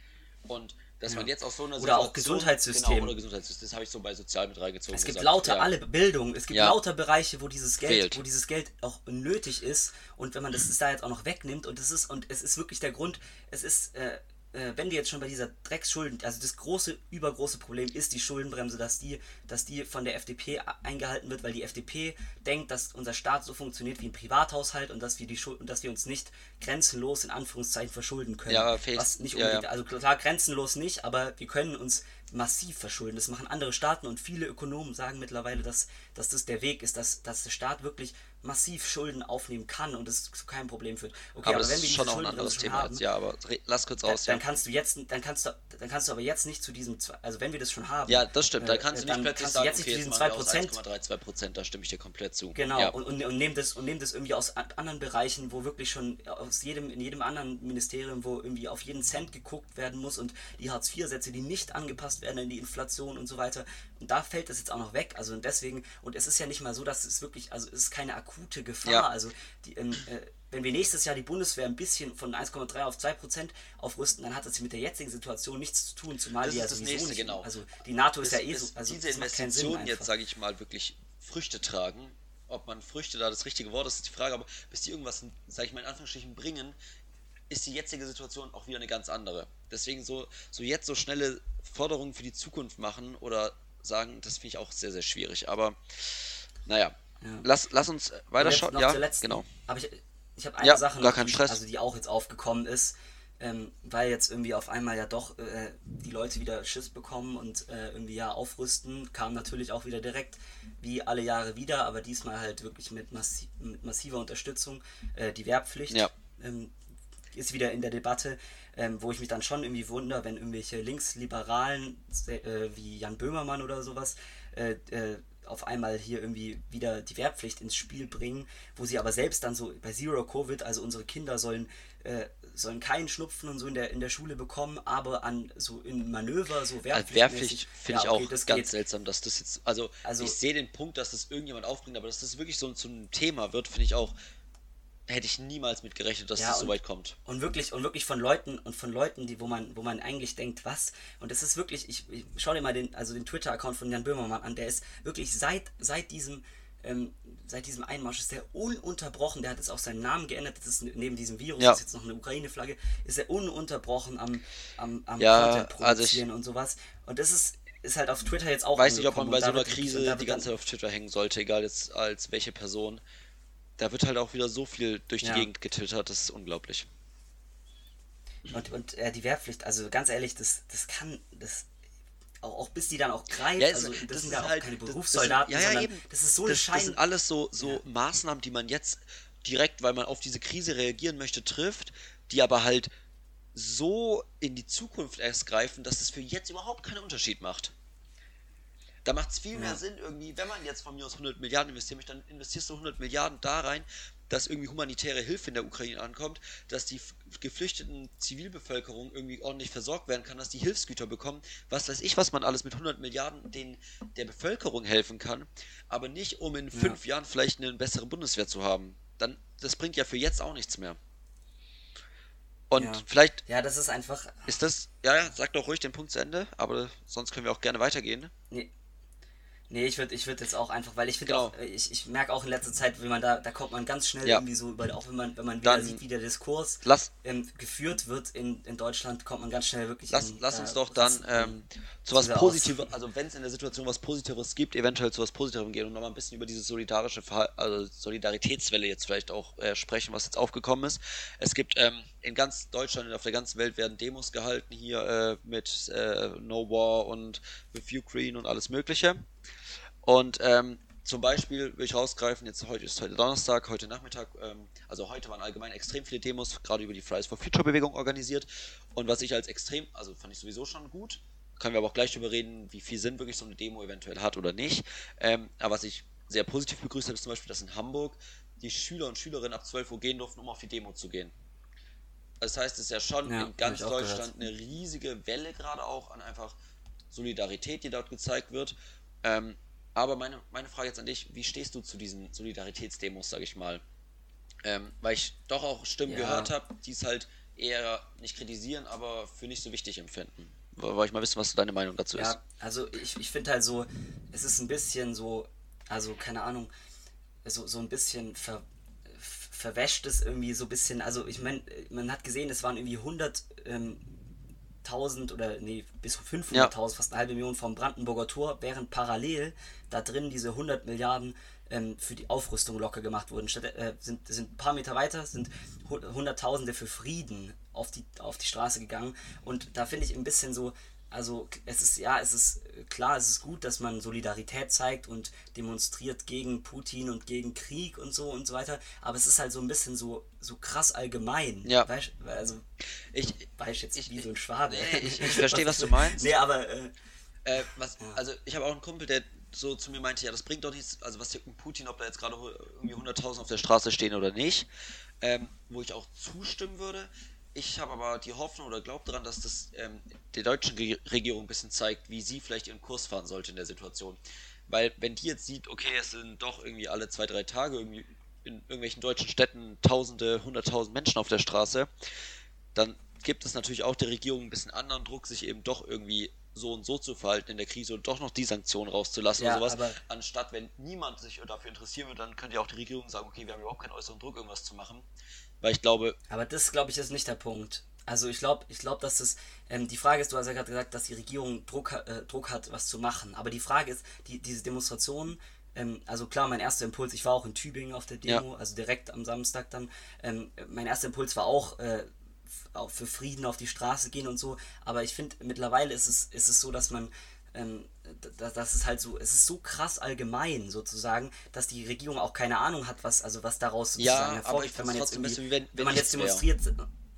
Und dass man ja. jetzt aus so einer Oder auch Situation, genau, Gesundheitssystem. oder Gesundheitssystem, das habe ich so bei sozial mit reingezogen Es gibt gesagt. lauter Ja, alle Bildung, es gibt ja, lauter Bereiche, wo dieses Geld, fehlt. wo dieses Geld auch nötig ist und wenn man das da jetzt auch noch wegnimmt und es ist und es ist wirklich der Grund, es ist äh, äh, wenn wir jetzt schon bei dieser Drecksschulden, also das große, übergroße Problem ist die Schuldenbremse, dass die, dass die von der F D P eingehalten wird, weil die F D P denkt, dass unser Staat so funktioniert wie ein Privathaushalt und dass wir die Schuld, und dass wir uns nicht grenzenlos in Anführungszeichen verschulden können. Ja, aber fehlt, Was nicht ja, unbedingt, ja. also klar grenzenlos nicht, aber wir können uns massiv verschulden. Das machen andere Staaten und viele Ökonomen sagen mittlerweile, dass, dass das der Weg ist, dass, dass der Staat wirklich massiv Schulden aufnehmen kann und es zu keinem Problem führt. Okay, Aber aber das wenn ist wir diese schon auch ein Schuldenbremse anderes schon Thema haben, jetzt, ja, aber re- lass kurz da, aus, dann ja. kannst du jetzt, dann kannst du, dann kannst du aber jetzt nicht zu diesem, zwei- also wenn wir das schon haben, Ja, das stimmt. Da äh, kannst äh, du nicht dann plötzlich kannst du sagen, jetzt nicht okay, zu jetzt diesen machen zwei wir aus Prozent eins Komma zweiunddreißig Prozent, da stimme ich dir komplett zu. genau, Ja, und, und, und nehmen das und nehmen das irgendwie aus an- anderen Bereichen, wo wirklich schon aus jedem, in jedem anderen Ministerium, wo irgendwie auf jeden Cent geguckt werden muss und die Hartz vier Sätze, die nicht angepasst werden an die Inflation und so weiter. Und da fällt das jetzt auch noch weg. Also und deswegen, und es ist ja nicht mal so, dass es wirklich, also es ist keine akute Gefahr. ja, Also die, ähm, äh, wenn wir nächstes Jahr die Bundeswehr ein bisschen von eins Komma drei auf zwei Prozent aufrüsten, dann hat das mit der jetzigen Situation nichts zu tun, zumal das die ja ist das sowieso nächste, nicht, genau. also die NATO ist ja Bis, eh so, bis also diese das macht keinen Sinn Investitionen jetzt, einfach. sage ich mal, wirklich Früchte tragen, ob man Früchte da das richtige Wort ist, ist die Frage, aber bis die irgendwas, sage ich mal in Anführungsstrichen, bringen, ist die jetzige Situation auch wieder eine ganz andere. Deswegen so, so jetzt so schnelle Forderungen für die Zukunft machen oder sagen, das finde ich auch sehr, sehr schwierig. Aber naja, Ja. lass, lass uns Und jetzt weiterschauen. noch Ja, zur letzten, genau. habe ich, ich habe eine Ja, Sache gar noch, kein die, Stress. also die auch jetzt aufgekommen ist, ähm, weil jetzt irgendwie auf einmal ja doch äh, die Leute wieder Schiss bekommen und äh, irgendwie ja aufrüsten, kam natürlich auch wieder direkt, wie alle Jahre wieder, aber diesmal halt wirklich mit, massi mit massiver Unterstützung, äh, die Wehrpflicht. Ja. Ähm, ist wieder in der Debatte, ähm, wo ich mich dann schon irgendwie wundere, wenn irgendwelche Linksliberalen äh, wie Jan Böhmermann oder sowas äh, äh, auf einmal hier irgendwie wieder die Wehrpflicht ins Spiel bringen, wo sie aber selbst dann so bei Zero Covid, also unsere Kinder sollen äh, sollen keinen Schnupfen und so in der in der Schule bekommen, aber an so in Manöver so Also Wehrpflichtmäßig, Wehrpflicht finde ja, ich okay, auch das ganz geht. seltsam, dass das jetzt, also, Also ich sehe den Punkt, dass das irgendjemand aufbringt, aber dass das wirklich so zu einem Thema wird, finde ich auch, hätte ich niemals mit gerechnet, dass ja, das so und weit kommt. Und wirklich, und wirklich von Leuten und von Leuten, die, wo man, wo man eigentlich denkt, was? Und das ist wirklich, ich, ich schau dir mal den, also den Twitter-Account von Jan Böhmermann an, der ist wirklich seit, seit diesem, ähm, seit diesem Einmarsch ist der ununterbrochen, der hat jetzt auch seinen Namen geändert, das ist neben diesem Virus, Ja. das ist jetzt noch eine Ukraine-Flagge, ist er ununterbrochen am, am, am Ja, Content also ich produzieren und sowas. Und das ist, ist halt auf Twitter jetzt auch weiß nicht, ob man angekommen bei und so da einer wird wirklich, und Krise da die wird ganze dann, Zeit auf Twitter hängen sollte, egal jetzt als welche Person. Da wird halt auch wieder so viel durch die ja. Gegend getwittert, das ist unglaublich. Und, und äh, die Wehrpflicht, also ganz ehrlich, das, das kann, das, auch, auch bis die dann auch greift, Ja, es, also das, das sind ist ja auch halt, keine das, das sind, Berufssoldaten, ja, ja, sondern eben. das ist so eine Das, das sind Schein... alles so, so Ja, Maßnahmen, die man jetzt direkt, weil man auf diese Krise reagieren möchte, trifft, die aber halt so in die Zukunft erst greifen, dass es für jetzt überhaupt keinen Unterschied macht. Da macht es viel mehr ja, Sinn irgendwie, wenn man jetzt von mir aus hundert Milliarden investieren möchte, dann investierst du hundert Milliarden da rein, dass irgendwie humanitäre Hilfe in der Ukraine ankommt, dass die f- geflüchteten Zivilbevölkerung irgendwie ordentlich versorgt werden kann, dass die Hilfsgüter bekommen, was weiß ich, was man alles mit hundert Milliarden den, der Bevölkerung helfen kann, aber nicht, um in ja, fünf Jahren vielleicht eine bessere Bundeswehr zu haben. Dann, das bringt ja für jetzt auch nichts mehr. Und ja. vielleicht Ja, das ist einfach... ist das, ja, ja, sag doch ruhig den Punkt zu Ende, aber sonst können wir auch gerne weitergehen. Nee, Nee, ich würde ich würd jetzt auch einfach, weil ich finde Genau, auch, äh, ich, ich merke auch in letzter Zeit, wie man da, da kommt man ganz schnell ja, irgendwie so über, auch wenn man, wenn man wieder sieht, dann wie der Diskurs lass, ähm, geführt wird in, in Deutschland, kommt man ganz schnell wirklich Lass, in, lass uns da doch dann rastet ähm, man zu was zu sehr aus. Positives, also wenn es in der Situation was Positives gibt, eventuell zu was Positivem gehen und nochmal ein bisschen über diese solidarische Verhal also Solidaritätswelle jetzt vielleicht auch äh, sprechen, was jetzt aufgekommen ist. Es gibt ähm, in ganz Deutschland und auf der ganzen Welt werden Demos gehalten hier äh, mit äh, No War und With Ukraine und alles Mögliche. Und ähm, zum Beispiel will ich rausgreifen, jetzt heute ist heute Donnerstag, heute Nachmittag, ähm, also heute waren allgemein extrem viele Demos, gerade über die Fridays for Future Bewegung organisiert. Und was ich als extrem, also fand ich sowieso schon gut, können wir aber auch gleich darüber reden, wie viel Sinn wirklich so eine Demo eventuell hat oder nicht. Ähm, aber was ich sehr positiv begrüßt habe, ist zum Beispiel, dass in Hamburg die Schüler und Schülerinnen ab zwölf Uhr gehen durften, um auf die Demo zu gehen. Das heißt, es ist ja schon Ja, in habe ganz ich auch gehört. Deutschland eine riesige Welle gerade auch an einfach Solidarität, die dort gezeigt wird. Ähm, aber meine, meine Frage jetzt an dich, wie stehst du zu diesen Solidaritätsdemos, sage ich mal? Ähm, weil ich doch auch Stimmen gehört Ja, habe, die es halt eher nicht kritisieren, aber für nicht so wichtig empfinden. Wo- Wollte ich mal wissen, was so deine Meinung dazu ist. ja, also ich, ich finde halt so, es ist ein bisschen so, also keine Ahnung, so, so ein bisschen ver, verwäscht es irgendwie so ein bisschen, also ich meine, man hat gesehen, es waren irgendwie hundert ähm, tausend oder nee, bis zu Ja, fünfhunderttausend, fast eine halbe Million vom Brandenburger Tor, während parallel da drin diese hundert Milliarden ähm, für die Aufrüstung locker gemacht wurden. Statt, äh, sind, sind ein paar Meter weiter, sind hu- Hunderttausende für Frieden auf die, auf die Straße gegangen. Und da finde ich ein bisschen so, also es ist, ja, es ist äh, klar, es ist gut, dass man Solidarität zeigt und demonstriert gegen Putin und gegen Krieg und so und so weiter, aber es ist halt so ein bisschen so, so krass allgemein, ja. weißt du, also Ich, war ich jetzt ich, wie so ich, ein Schwabe. nee, ich, ich verstehe, was Was, du nee, meinst. aber, äh, Äh, was, ja, also ich habe auch einen Kumpel, der so zu mir meinte, ja, das bringt doch nichts, also was juckt ein Putin, ob da jetzt gerade hu- irgendwie hunderttausend auf der Straße stehen oder nicht, ähm, wo ich auch zustimmen würde. Ich habe aber die Hoffnung oder glaube daran, dass das ähm, der deutschen Ge Regierung ein bisschen zeigt, wie sie vielleicht ihren Kurs fahren sollte in der Situation. Weil wenn die jetzt sieht, okay, es sind doch irgendwie alle zwei, drei Tage irgendwie in irgendwelchen deutschen Städten Tausende, hunderttausend Menschen auf der Straße, dann gibt es natürlich auch der Regierung ein bisschen anderen Druck, sich eben doch irgendwie so und so zu verhalten in der Krise und doch noch die Sanktionen rauszulassen oder ja, sowas, aber, anstatt wenn niemand sich dafür interessieren würde, dann könnte ja auch die Regierung sagen, okay, wir haben überhaupt keinen äußeren Druck, irgendwas zu machen, weil ich glaube, aber das, glaube ich, ist nicht der Punkt. Also ich glaube, ich glaube, dass das, ähm, die Frage ist, du hast ja gerade gesagt, dass die Regierung Druck, ha- äh, Druck hat, was zu machen. Aber die Frage ist, die, diese Demonstrationen ähm, also klar, mein erster Impuls, ich war auch in Tübingen auf der Ja. Demo, also direkt am Samstag dann, ähm, mein erster Impuls war auch, äh, auch für Frieden auf die Straße gehen und so, aber ich finde, mittlerweile ist es, ist es so, dass man, ähm, da- das ist halt so, es ist so krass allgemein sozusagen, dass die Regierung auch keine Ahnung hat, was, also was daraus sozusagen Ja, aber ich hervorgeht, wenn finde es man jetzt trotzdem besser, irgendwie, wie wenn, wenn wenn man jetzt nichts wäre. demonstriert.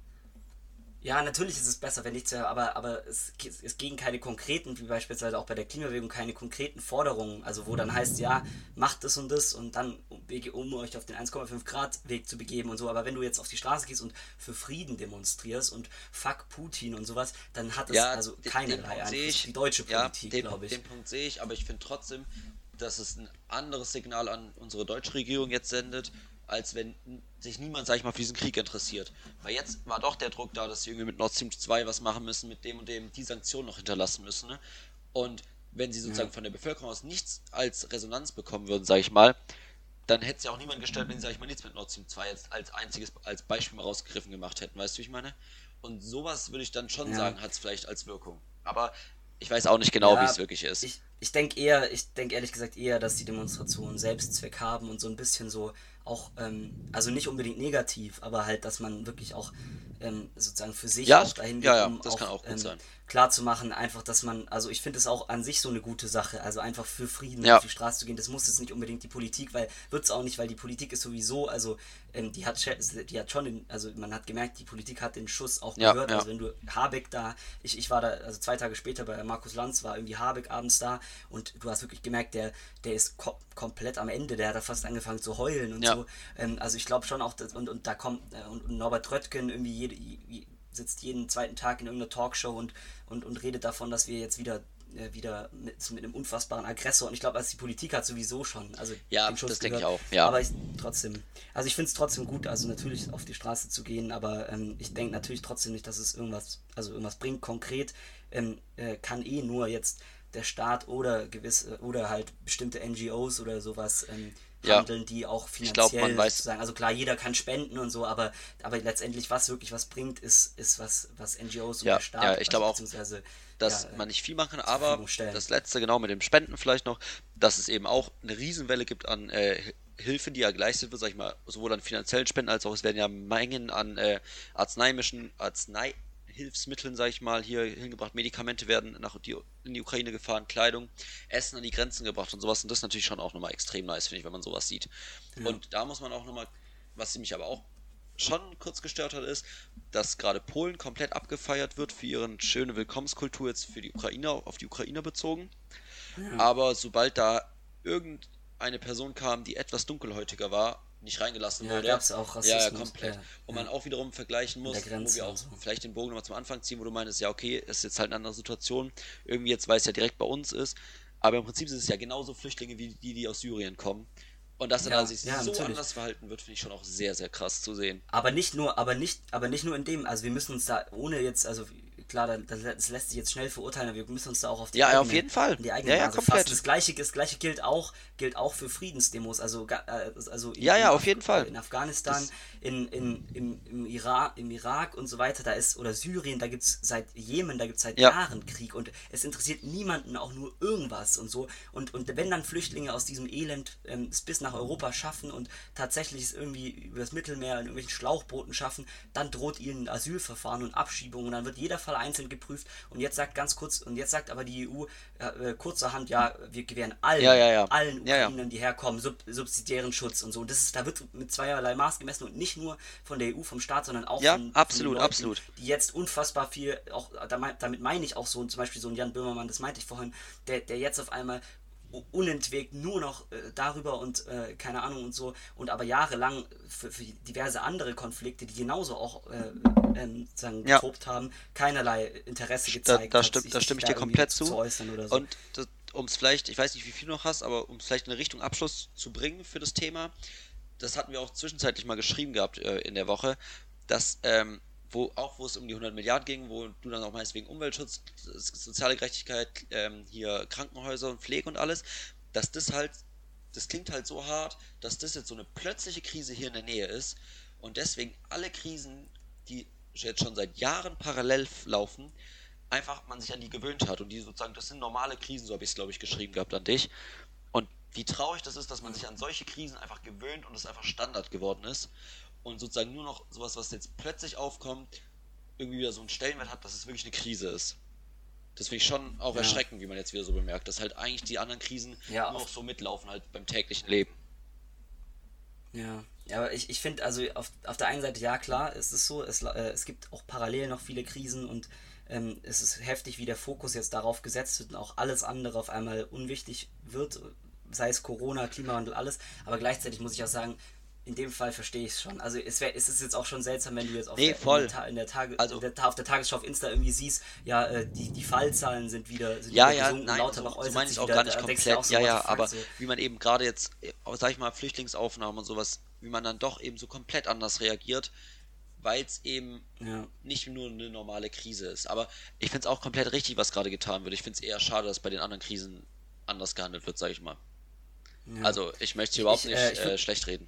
Ja, natürlich ist es besser, wenn nichts wäre, aber, aber es, ge- es gegen keine konkreten, wie beispielsweise auch bei der Klimabewegung, keine konkreten Forderungen, also wo dann heißt, ja, macht das und das und dann, um, um euch auf den eins Komma fünf Grad Weg zu begeben und so, aber wenn du jetzt auf die Straße gehst und für Frieden demonstrierst und fuck Putin und sowas, dann hat es Ja, also den, den keinerlei Punkt sehe Einfluss auf ich. die deutsche Ja, Politik, den, glaube ich. den Punkt sehe ich, aber ich finde trotzdem, dass es ein anderes Signal an unsere deutsche Regierung jetzt sendet, als wenn n- sich niemand, sag ich mal, für diesen Krieg interessiert. Weil jetzt war doch der Druck da, dass sie irgendwie mit Nord Stream zwei was machen müssen, mit dem und dem die Sanktionen noch hinterlassen müssen. Ne? Und wenn sie Ja, sozusagen von der Bevölkerung aus nichts als Resonanz bekommen würden, sag ich mal, dann hätte es ja auch niemand gestört, wenn sie, sag ich mal, nichts mit Nord Stream zwei jetzt als einziges, als Beispiel mal rausgegriffen gemacht hätten, weißt du, wie ich meine? Und sowas würde ich dann schon ja. sagen, hat es vielleicht als Wirkung. Aber ich weiß auch nicht genau, wie es Ja, wirklich ist. ich, ich denke eher, ich denke ehrlich gesagt eher, dass die Demonstrationen Selbstzweck haben und so ein bisschen so auch, ähm, also nicht unbedingt negativ, aber halt, dass man wirklich auch ähm, sozusagen für sich Ja, auch es- dahin ja, geht, ja, um das kann auch auch gut ähm, sein. klar zu machen, einfach, dass man, also ich finde es auch an sich so eine gute Sache, also einfach für Frieden auf Ja, die Straße zu gehen, das muss jetzt nicht unbedingt die Politik, weil wird es auch nicht, weil die Politik ist sowieso, also ähm, die hat, sche- die hat schon, den, also man hat gemerkt, die Politik hat den Schuss auch ja, gehört, ja. also wenn du Habeck da, ich, ich war da, also zwei Tage später bei Markus Lanz war irgendwie Habeck abends da und du hast wirklich gemerkt, der, der ist ko komplett am Ende, der hat da fast angefangen zu heulen und Ja, so, ähm, also ich glaube schon auch, dass, und, und da kommt, äh, und, und Norbert Röttgen irgendwie jede, je, sitzt jeden zweiten Tag in irgendeiner Talkshow und, und, und redet davon, dass wir jetzt wieder äh, wieder mit, mit einem unfassbaren Aggressor und ich glaube, als die Politik hat sowieso schon, also ja, den Schuss das denke ich gehört, auch. Ja, aber ich trotzdem, also ich finde es trotzdem gut, also natürlich auf die Straße zu gehen, aber ähm, ich denke natürlich trotzdem nicht, dass es irgendwas, also irgendwas bringt. Konkret ähm, äh, kann eh nur jetzt der Staat oder gewisse oder halt bestimmte N G Os oder sowas ähm, ja. handeln, die auch Ich glaube, man finanziell weiß, sozusagen, also klar, jeder kann spenden und so, aber, aber letztendlich, was wirklich was bringt, ist, ist was, was N G Os und ja, der ja, Staat, ich also glaube auch, beziehungsweise ja, dass äh, man nicht viel machen kann, zur aber Verfügung stellen. das letzte genau mit dem Spenden vielleicht noch, dass es eben auch eine Riesenwelle gibt an äh, Hi- Hilfe, die ja geleistet wird, sag ich mal, sowohl an finanziellen Spenden als auch es werden ja Mengen an äh, Arzneimischen, Arzneihilfsmitteln, sag ich mal, hier hingebracht, Medikamente werden nach die, in die Ukraine gefahren, Kleidung, Essen an die Grenzen gebracht und sowas und das ist natürlich schon auch nochmal extrem nice, finde ich, wenn man sowas sieht. Ja, Und da muss man auch nochmal, was mich aber auch schon kurz gestört hat, ist, dass gerade Polen komplett abgefeiert wird für ihre schöne Willkommenskultur jetzt für die Ukrainer, auf die Ukrainer bezogen. ja, Aber sobald da irgendeine Person kam, die etwas dunkelhäutiger war, nicht reingelassen ja gab wurde, es auch ja, ja, Rassismus, äh, komplett. Und man ja, auch wiederum vergleichen an der muss, wo Grenze wir und auch so. vielleicht den Bogen nochmal zum Anfang ziehen, wo du meinst, ja, okay, ist jetzt halt eine andere Situation. Irgendwie jetzt, weil es ja direkt bei uns ist. Aber im Prinzip sind es ja genauso Flüchtlinge wie die, die aus Syrien kommen. Und dass er da Ja, sich ja, so natürlich. anders verhalten wird, finde ich schon auch sehr, sehr krass zu sehen. Aber nicht nur, aber nicht, aber nicht nur in dem, also wir müssen uns da ohne jetzt, also klar, da- das, das lässt sich jetzt schnell verurteilen, aber wir müssen uns da auch auf die Ja, ja, auf eigene, jeden Fall. in die eigene Ja, ja, Nase fassen. komplett. Das gleiche, das gleiche gilt auch, gilt auch für Friedensdemos, also, ga- äh, also in, Ja, in, ja, auf Af jeden äh, Fall. in Afghanistan, Das, in, in, im, im, Irak, im Irak und so weiter, da ist, oder Syrien, da gibt es seit Jemen, da gibt es seit ja, Jahren Krieg und es interessiert niemanden auch nur irgendwas und so. Und, und wenn dann Flüchtlinge aus diesem Elend ähm, es bis nach Europa schaffen und tatsächlich es irgendwie über das Mittelmeer in irgendwelchen Schlauchbooten schaffen, dann droht ihnen Asylverfahren und Abschiebung und dann wird jeder Fall einzeln geprüft und jetzt sagt ganz kurz, und jetzt sagt aber die E U äh, äh, kurzerhand, ja, wir gewähren ja, allen, ja, ja. allen Ja, ja. Ukrainern, die herkommen, sub subsidiären Schutz und so. Und das ist, da wird mit zweierlei Maß gemessen und nicht nur von der E U, vom Staat, sondern auch Ja, von, von den absolut, Leuten, absolut. die jetzt unfassbar viel, auch damit meine ich auch so, zum Beispiel so ein Jan Böhmermann, das meinte ich vorhin, der, der jetzt auf einmal unentwegt nur noch äh, darüber und äh, keine Ahnung und so und aber jahrelang für, für diverse andere Konflikte, die genauso auch äh, ähm, sagen, Ja, getobt haben, keinerlei Interesse da, gezeigt da, hat, stimmt, sich, da sich stimme ich da dir irgendwie komplett dazu zu zu. äußern oder so. Und um es vielleicht, ich weiß nicht, wie viel du noch hast, aber um es vielleicht in Richtung Abschluss zu bringen für das Thema, das hatten wir auch zwischenzeitlich mal geschrieben gehabt äh, in der Woche, dass ähm, wo auch wo es um die hundert Milliarden ging, wo du dann auch meinst wegen Umweltschutz, soziale Gerechtigkeit, ähm, hier Krankenhäuser und Pflege und alles, dass das halt, das klingt halt so hart, dass das jetzt so eine plötzliche Krise hier in der Nähe ist und deswegen alle Krisen, die jetzt schon seit Jahren parallel f- laufen, einfach man sich an die gewöhnt hat und die sozusagen, das sind normale Krisen, so habe ich es glaube ich geschrieben gehabt an dich und wie traurig das ist, dass man sich an solche Krisen einfach gewöhnt und es einfach Standard geworden ist und sozusagen nur noch sowas, was jetzt plötzlich aufkommt, irgendwie wieder so einen Stellenwert hat, dass es wirklich eine Krise ist. Das finde ich schon auch Ja. erschreckend, wie man jetzt wieder so bemerkt, dass halt eigentlich die anderen Krisen Ja, nur auf- noch so mitlaufen halt beim täglichen Leben. Ja, ja, aber ich, ich finde, also auf, auf der einen Seite, ja klar, es ist so, es, la- äh, es gibt auch parallel noch viele Krisen und ähm, es ist heftig, wie der Fokus jetzt darauf gesetzt wird und auch alles andere auf einmal unwichtig wird, sei es Corona, Klimawandel, alles, aber gleichzeitig muss ich auch sagen, in dem Fall verstehe ich es schon. Also es, wär, es ist jetzt auch schon seltsam, wenn du jetzt auf, Nee, der, voll. In, der, Ta- in, der Tage, Also- in der, Ta- auf der Tagesschau auf Insta irgendwie siehst, ja, äh, die, die Fallzahlen sind wieder, sind Ja, wieder ja, gesunken, nein, lauter so, noch so äußert meine ich sich auch wieder, gar nicht da denkst du dir komplett. auch so, Ja, what ja, the fuck, aber so. wie man eben gerade jetzt, äh, sag ich mal, Flüchtlingsaufnahmen und sowas, wie man dann doch eben so komplett anders reagiert, weil es eben Ja. nicht nur eine normale Krise ist. Aber ich finde es auch komplett richtig, was gerade getan wird. Ich finde es eher schade, dass bei den anderen Krisen anders gehandelt wird, sag ich mal. Ja. Also, ich möchte hier überhaupt Ich, nicht äh, ich äh, würd- schlecht reden.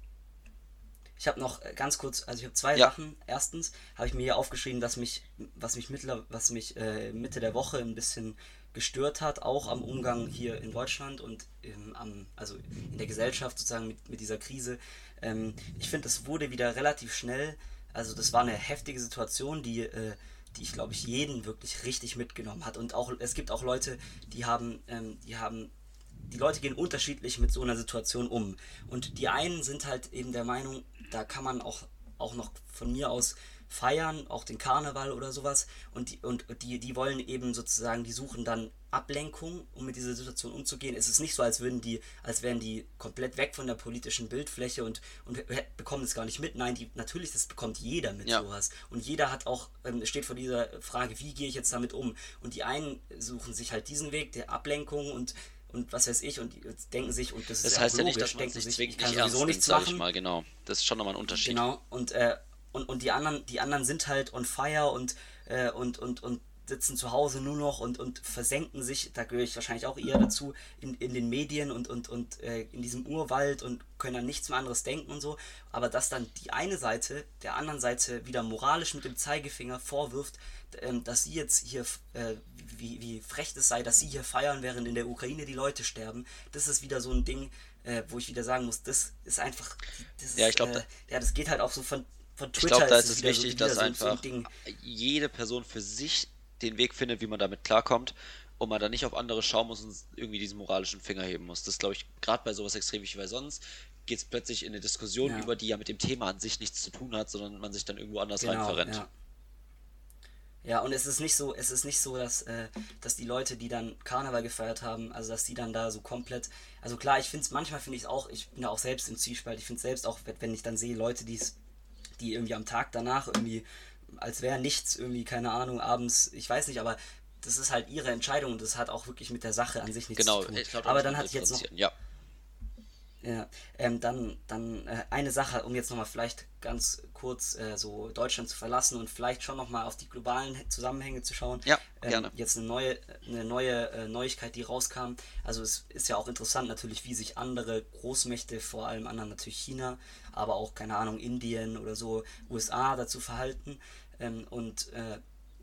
Ich habe noch äh, ganz kurz, also ich habe zwei Ja. Sachen. Erstens habe ich mir hier aufgeschrieben, dass mich, was mich mittler, was mich äh, Mitte der Woche ein bisschen gestört hat, auch am Umgang hier in Deutschland und ähm, am, also in der Gesellschaft sozusagen mit, mit dieser Krise. Ähm, ich finde, es wurde wieder relativ schnell, also das war eine heftige Situation, die, äh, die ich glaube ich jeden wirklich richtig mitgenommen hat. Und auch es gibt auch Leute, die haben, ähm, die haben die Leute gehen unterschiedlich mit so einer Situation um. Und die einen sind halt eben der Meinung, da kann man auch, auch noch von mir aus feiern, auch den Karneval oder sowas. Und die, und die, die wollen eben sozusagen, die suchen dann Ablenkung, um mit dieser Situation umzugehen. Es ist nicht so, als würden die, als wären die komplett weg von der politischen Bildfläche und, und hä- bekommen es gar nicht mit. Nein, die, natürlich, das bekommt jeder mit Ja. sowas. Und jeder hat auch, ähm, steht vor dieser Frage, wie gehe ich jetzt damit um? Und die einen suchen sich halt diesen Weg der Ablenkung und und was weiß ich, und die denken sich, und das ist Das ja heißt auch ja nicht, logisch, dass man denken sich sich, zwingend ich kann nicht ernst sowieso nimmt, nichts sag ich machen. mal, genau. Das ist schon nochmal ein Unterschied. Genau, und, äh, und, und die anderen, die anderen sind halt on fire und, äh, und, und, und sitzen zu Hause nur noch und, und versenken sich, da gehöre ich wahrscheinlich auch eher dazu, in, in den Medien und, und, und äh, in diesem Urwald und können an nichts mehr anderes denken und so. Aber dass dann die eine Seite der anderen Seite wieder moralisch mit dem Zeigefinger vorwirft, ähm, dass sie jetzt hier, äh, wie, wie frech es sei, dass sie hier feiern, während in der Ukraine die Leute sterben, das ist wieder so ein Ding, äh, wo ich wieder sagen muss, das ist einfach, das Ja, ist, ich glaub, äh, da- ja, das geht halt auch so von, von Ich Twitter. glaube, da ist es es wieder so- wichtig, wieder dass so, so einfach ein Ding. jede Person für sich den Weg findet, wie man damit klarkommt und man dann nicht auf andere schauen muss und irgendwie diesen moralischen Finger heben muss. Das glaube ich gerade bei sowas extrem wichtig, weil sonst geht es plötzlich in eine Diskussion Ja. über, die ja mit dem Thema an sich nichts zu tun hat, sondern man sich dann irgendwo anders rein Genau, verrennt. ja. Ja, und es ist nicht so, es ist nicht so, dass, äh, dass die Leute, die dann Karneval gefeiert haben, also dass die dann da so komplett, also klar, ich finde es, manchmal finde ich es auch, ich bin da auch selbst im Zwiespalt, ich finde es selbst auch, wenn- wenn ich dann sehe, Leute, die's, die irgendwie am Tag danach irgendwie, als wäre nichts, irgendwie, keine Ahnung, abends, ich weiß nicht, aber das ist halt ihre Entscheidung und das hat auch wirklich mit der Sache an sich nichts Genau, zu tun. ich glaube, da Aber muss dann man hatte ich jetzt noch differenzieren. Ja, ja, ähm, dann, dann äh, eine Sache, um jetzt nochmal vielleicht ganz kurz äh, so Deutschland zu verlassen und vielleicht schon nochmal auf die globalen He- Zusammenhänge zu schauen. Ja, ähm, gerne. Jetzt eine neue, eine neue äh, Neuigkeit, die rauskam. Also es ist ja auch interessant natürlich, wie sich andere Großmächte, vor allem anderen natürlich China, aber auch, keine Ahnung, Indien oder so, U S A dazu verhalten. Ähm, und äh,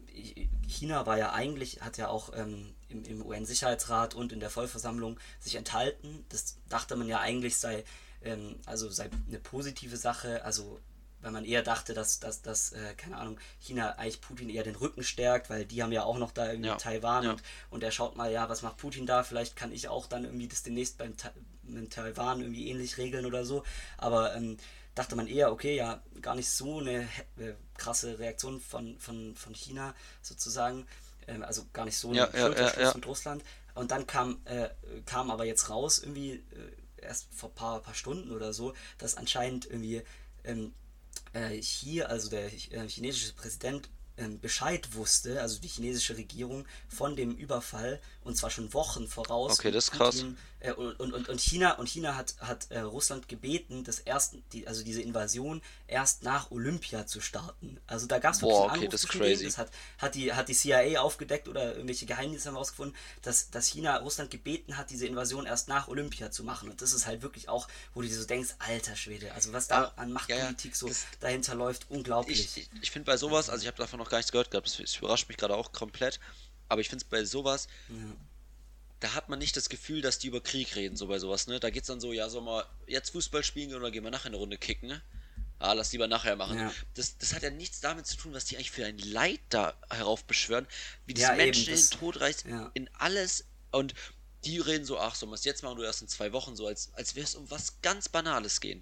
China war ja eigentlich, hat ja auch ähm, im, im U N-Sicherheitsrat und in der Vollversammlung sich enthalten. Das dachte man ja eigentlich sei, ähm, also sei eine positive Sache, also weil man eher dachte, dass, dass, dass äh, keine Ahnung, China eigentlich Putin eher den Rücken stärkt, weil die haben ja auch noch da irgendwie Ja, Taiwan ja. und, und er schaut mal, ja, was macht Putin da, vielleicht kann ich auch dann irgendwie das demnächst beim Ta mit Taiwan irgendwie ähnlich regeln oder so, aber ähm, dachte man eher, okay, ja, gar nicht so eine äh, krasse Reaktion von, von, von China sozusagen, ähm, also gar nicht so ein Ja, ja, Schulterschluss ja, ja. mit Russland. Und dann kam, äh, kam aber jetzt raus, irgendwie äh, erst vor ein paar, paar Stunden oder so, dass anscheinend irgendwie ähm, äh, hier, also der äh, chinesische Präsident, ähm, Bescheid wusste, also die chinesische Regierung, von dem Überfall und zwar schon Wochen voraus. Okay, und das ist krass. Putin, äh, und, und, und, und China und China hat, hat äh, Russland gebeten, das erst, die, also diese Invasion erst nach Olympia zu starten. Also da gab es wirklich Boah, einen okay, Anruf das ist zwischen denen. crazy. Das hat, hat, die, hat die C I A aufgedeckt oder irgendwelche Geheimnisse haben rausgefunden, dass, dass China Russland gebeten hat, diese Invasion erst nach Olympia zu machen. Und das ist halt wirklich auch, wo du dir so denkst, alter Schwede, also was da Ja, an ja, Machtpolitik ja, so das- dahinter läuft, unglaublich. Ich, ich, ich finde bei sowas, also ich habe davon noch gar nichts gehört gehabt, das, das überrascht mich gerade auch komplett, aber ich finde es bei sowas da hat man nicht das Gefühl, dass die über Krieg reden, so bei sowas, ne? Da geht's dann so, ja, sollen wir jetzt Fußball spielen oder gehen wir nachher eine Runde kicken, ne? Ah, lass lieber nachher machen. Ja. Das, das hat ja nichts damit zu tun, was die eigentlich für ein Leid da heraufbeschwören, wie das Ja, Menschen eben, in das- den Tod reißt, ja. in alles. Und die reden so, ach, sollen wir es jetzt machen oder erst in zwei Wochen, so als, als wäre es um was ganz Banales gehen.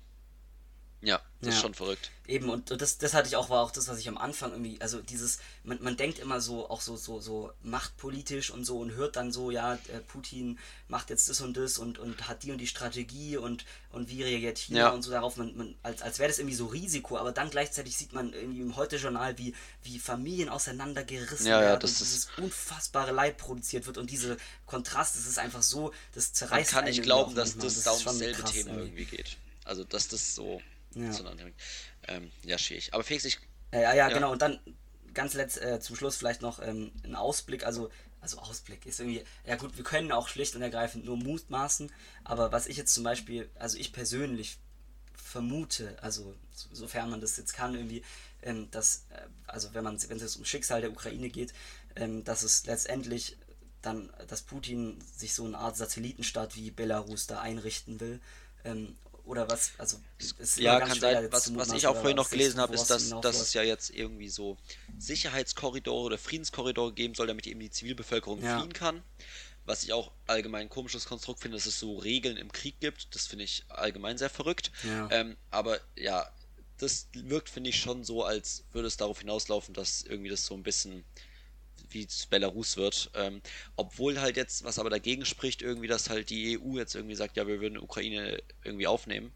Ja, das ist Ja. schon verrückt. Eben, und das, das hatte ich auch, war auch das, was ich am Anfang irgendwie, also dieses, man, man denkt immer so, auch so, so, so machtpolitisch und so und hört dann so, ja, äh, Putin macht jetzt das und das und, und hat die und die Strategie und, und wie reagiert China Ja. und so darauf, man, man, als, als wäre das irgendwie so Risiko, aber dann gleichzeitig sieht man irgendwie im Heute-Journal, wie, wie Familien auseinandergerissen Ja, ja, werden das und ist- dieses unfassbare Leid produziert wird und diese Kontrast, das ist einfach so, das Man zerreißt kann einen nicht irgendwie glauben, auch dass manchmal. das ist da um schon dasselbe krass Thema irgendwie. irgendwie geht. Also, dass das so Ja. zueinander hängt. Ähm, ja, schwierig. Aber Felix, ich. Ja, ja, Ja. genau. Und dann ganz letzt äh, zum Schluss vielleicht noch ähm, ein Ausblick. Also, also Ausblick ist irgendwie, ja gut, wir können auch schlicht und ergreifend nur mutmaßen. Aber was ich jetzt zum Beispiel, also ich persönlich vermute, also so- sofern man das jetzt kann, irgendwie, ähm, dass, äh, also wenn man, wenn es jetzt um Schicksal der Ukraine geht, ähm, dass es letztendlich dann, dass Putin sich so eine Art Satellitenstaat wie Belarus da einrichten will. Ähm, oder was, also es ist immer Ja, ganz kann schwer sein. jetzt Was, zu was mutmaßen, ich auch oder vorhin noch was denkst gelesen du, habe, ist, woraus dass, hinausläuft? dass es ja jetzt irgendwie so Sicherheitskorridore oder Friedenskorridore geben soll, damit eben die Zivilbevölkerung Ja. fliehen kann. Was ich auch allgemein ein komisches Konstrukt finde, dass es so Regeln im Krieg gibt. Das finde ich allgemein sehr verrückt. Ja. Ähm, aber ja, das wirkt, finde ich, schon so, als würde es darauf hinauslaufen, dass irgendwie das so ein bisschen wie es Belarus wird. Ähm, obwohl halt jetzt, was aber dagegen spricht, irgendwie, dass halt die E U jetzt irgendwie sagt, ja, wir würden Ukraine irgendwie aufnehmen.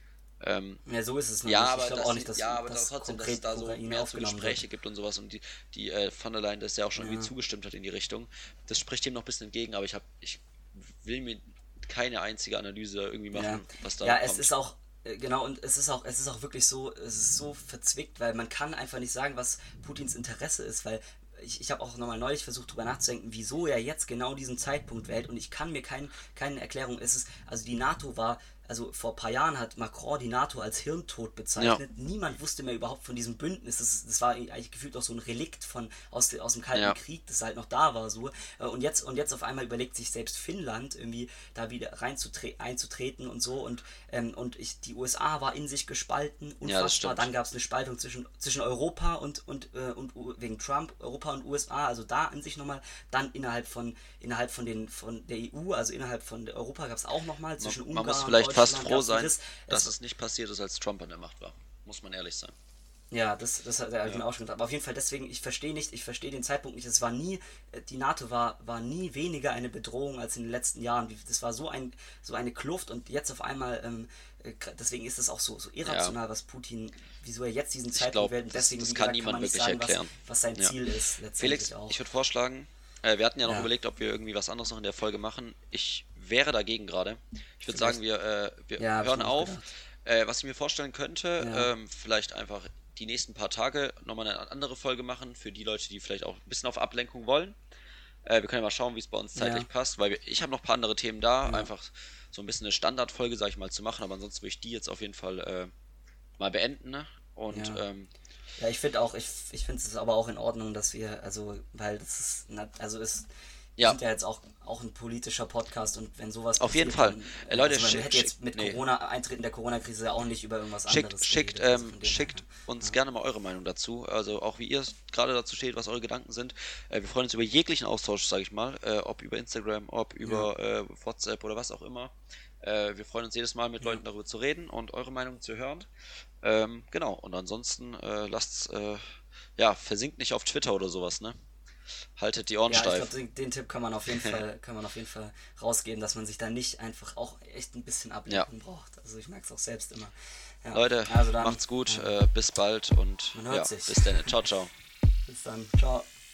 Ähm, Ja, so ist es noch ja, nicht. aber, Ich glaube dass, auch nicht, dass, ja, aber dass trotzdem, dass es konkret da so Ukraine mehr so aufgenommen Gespräche wird. gibt und sowas und die, die äh, von der Leyen das ja auch schon Ja. irgendwie zugestimmt hat in die Richtung. Das spricht dem noch ein bisschen entgegen, aber ich habe, ich will mir keine einzige Analyse irgendwie machen, Ja, was da ja kommt. es ist auch, äh, genau, und es ist auch, es ist auch wirklich so, es ist so verzwickt, weil man kann einfach nicht sagen, was Putins Interesse ist, weil ich, ich habe auch nochmal neulich versucht, drüber nachzudenken, wieso er jetzt genau diesen Zeitpunkt wählt und ich kann mir kein, keine Erklärung, es ist, also die NATO war, also vor ein paar Jahren hat Macron die NATO als Hirntod bezeichnet. Ja. Niemand wusste mehr überhaupt von diesem Bündnis. Das, das war eigentlich gefühlt auch so ein Relikt von, aus, de, aus dem Kalten Ja. Krieg, das halt noch da war. So. Und, jetzt, und jetzt auf einmal überlegt sich selbst Finnland irgendwie da wieder reinzutre- einzutreten und so. Und, ähm, und ich, die U S A war in sich gespalten, Ja, das unfassbar. stimmt. Dann gab es eine Spaltung zwischen, zwischen Europa und, und, äh, und U- wegen Trump, Europa und U S A, also da in sich nochmal. Dann innerhalb von, innerhalb von, den, von der E U, also innerhalb von Europa gab es auch nochmal zwischen man, Ungarn man muss und vielleicht fast Deutschland froh gab's einen sein, Riss. dass Es- es nicht passiert ist, als Trump an der Macht war. Muss man ehrlich sein. Ja, das, das hat er ja. auch schon gedacht. Aber auf jeden Fall deswegen, ich verstehe nicht, ich verstehe den Zeitpunkt nicht. Es war nie, äh, die NATO war, war nie weniger eine Bedrohung als in den letzten Jahren. Wie- Das war so ein, so eine Kluft und jetzt auf einmal, ähm, äh, deswegen ist es auch so, so irrational, was Putin, wieso er jetzt diesen Ich Zeitpunkt glaub, wählt. Und das- deswegen, das wie kann gesagt, niemand man nicht wirklich sagen, erklären. Was, was sein Ja. Ziel ist, letztendlich Felix, auch. ich würde vorschlagen, äh, wir hatten ja noch Ja. überlegt, ob wir irgendwie was anderes noch in der Folge machen. Ich wäre dagegen gerade. Ich würde sagen, wir, äh, wir Ja, hab ich hören mir auch auf. gedacht. Äh, was ich mir vorstellen könnte, Ja. ähm, vielleicht einfach die nächsten paar Tage nochmal eine andere Folge machen, für die Leute, die vielleicht auch ein bisschen auf Ablenkung wollen. Äh, wir können ja mal schauen, wie es bei uns zeitlich Ja. passt, weil wir, ich habe noch ein paar andere Themen da, Ja. einfach so ein bisschen eine Standardfolge, sag ich mal, zu machen, aber ansonsten würde ich die jetzt auf jeden Fall äh, mal beenden, ne? Und Ja. ähm, Ja, ich finde auch, ich, ich finde es aber auch in Ordnung, dass wir, also, weil das ist, na- also ist, wir Ja. sind ja jetzt auch, auch ein politischer Podcast und wenn sowas Auf jeden passiert, Fall. dann, Äh, Leute, also man schick- hätte jetzt schick- mit nee. Corona, Eintreten der Corona-Krise auch nicht über irgendwas Schickt, anderes schickt, geredet, also ähm, von dem schickt her. uns gerne mal eure Meinung dazu. Also auch wie ihr gerade dazu steht, was eure Gedanken sind. Äh, wir freuen uns über jeglichen Austausch, sage ich mal. Äh, ob über Instagram, ob über äh, WhatsApp oder was auch immer. Äh, wir freuen uns jedes Mal mit Leuten darüber zu reden und eure Meinung zu hören. Ähm, genau, und ansonsten äh, lasst, äh, ja, versinkt nicht auf Twitter oder sowas, ne? Haltet die Ohren Ja, ich steif. glaube, den, den Tipp kann man auf jeden Fall, kann man auf jeden Fall rausgeben, dass man sich da nicht einfach auch echt ein bisschen Ablenkung braucht. Also ich merke es auch selbst immer. Ja. Leute, also dann, macht's gut, ja, äh, bis bald und Man hört ja, sich. bis dann. Ciao, ciao. bis dann. Ciao.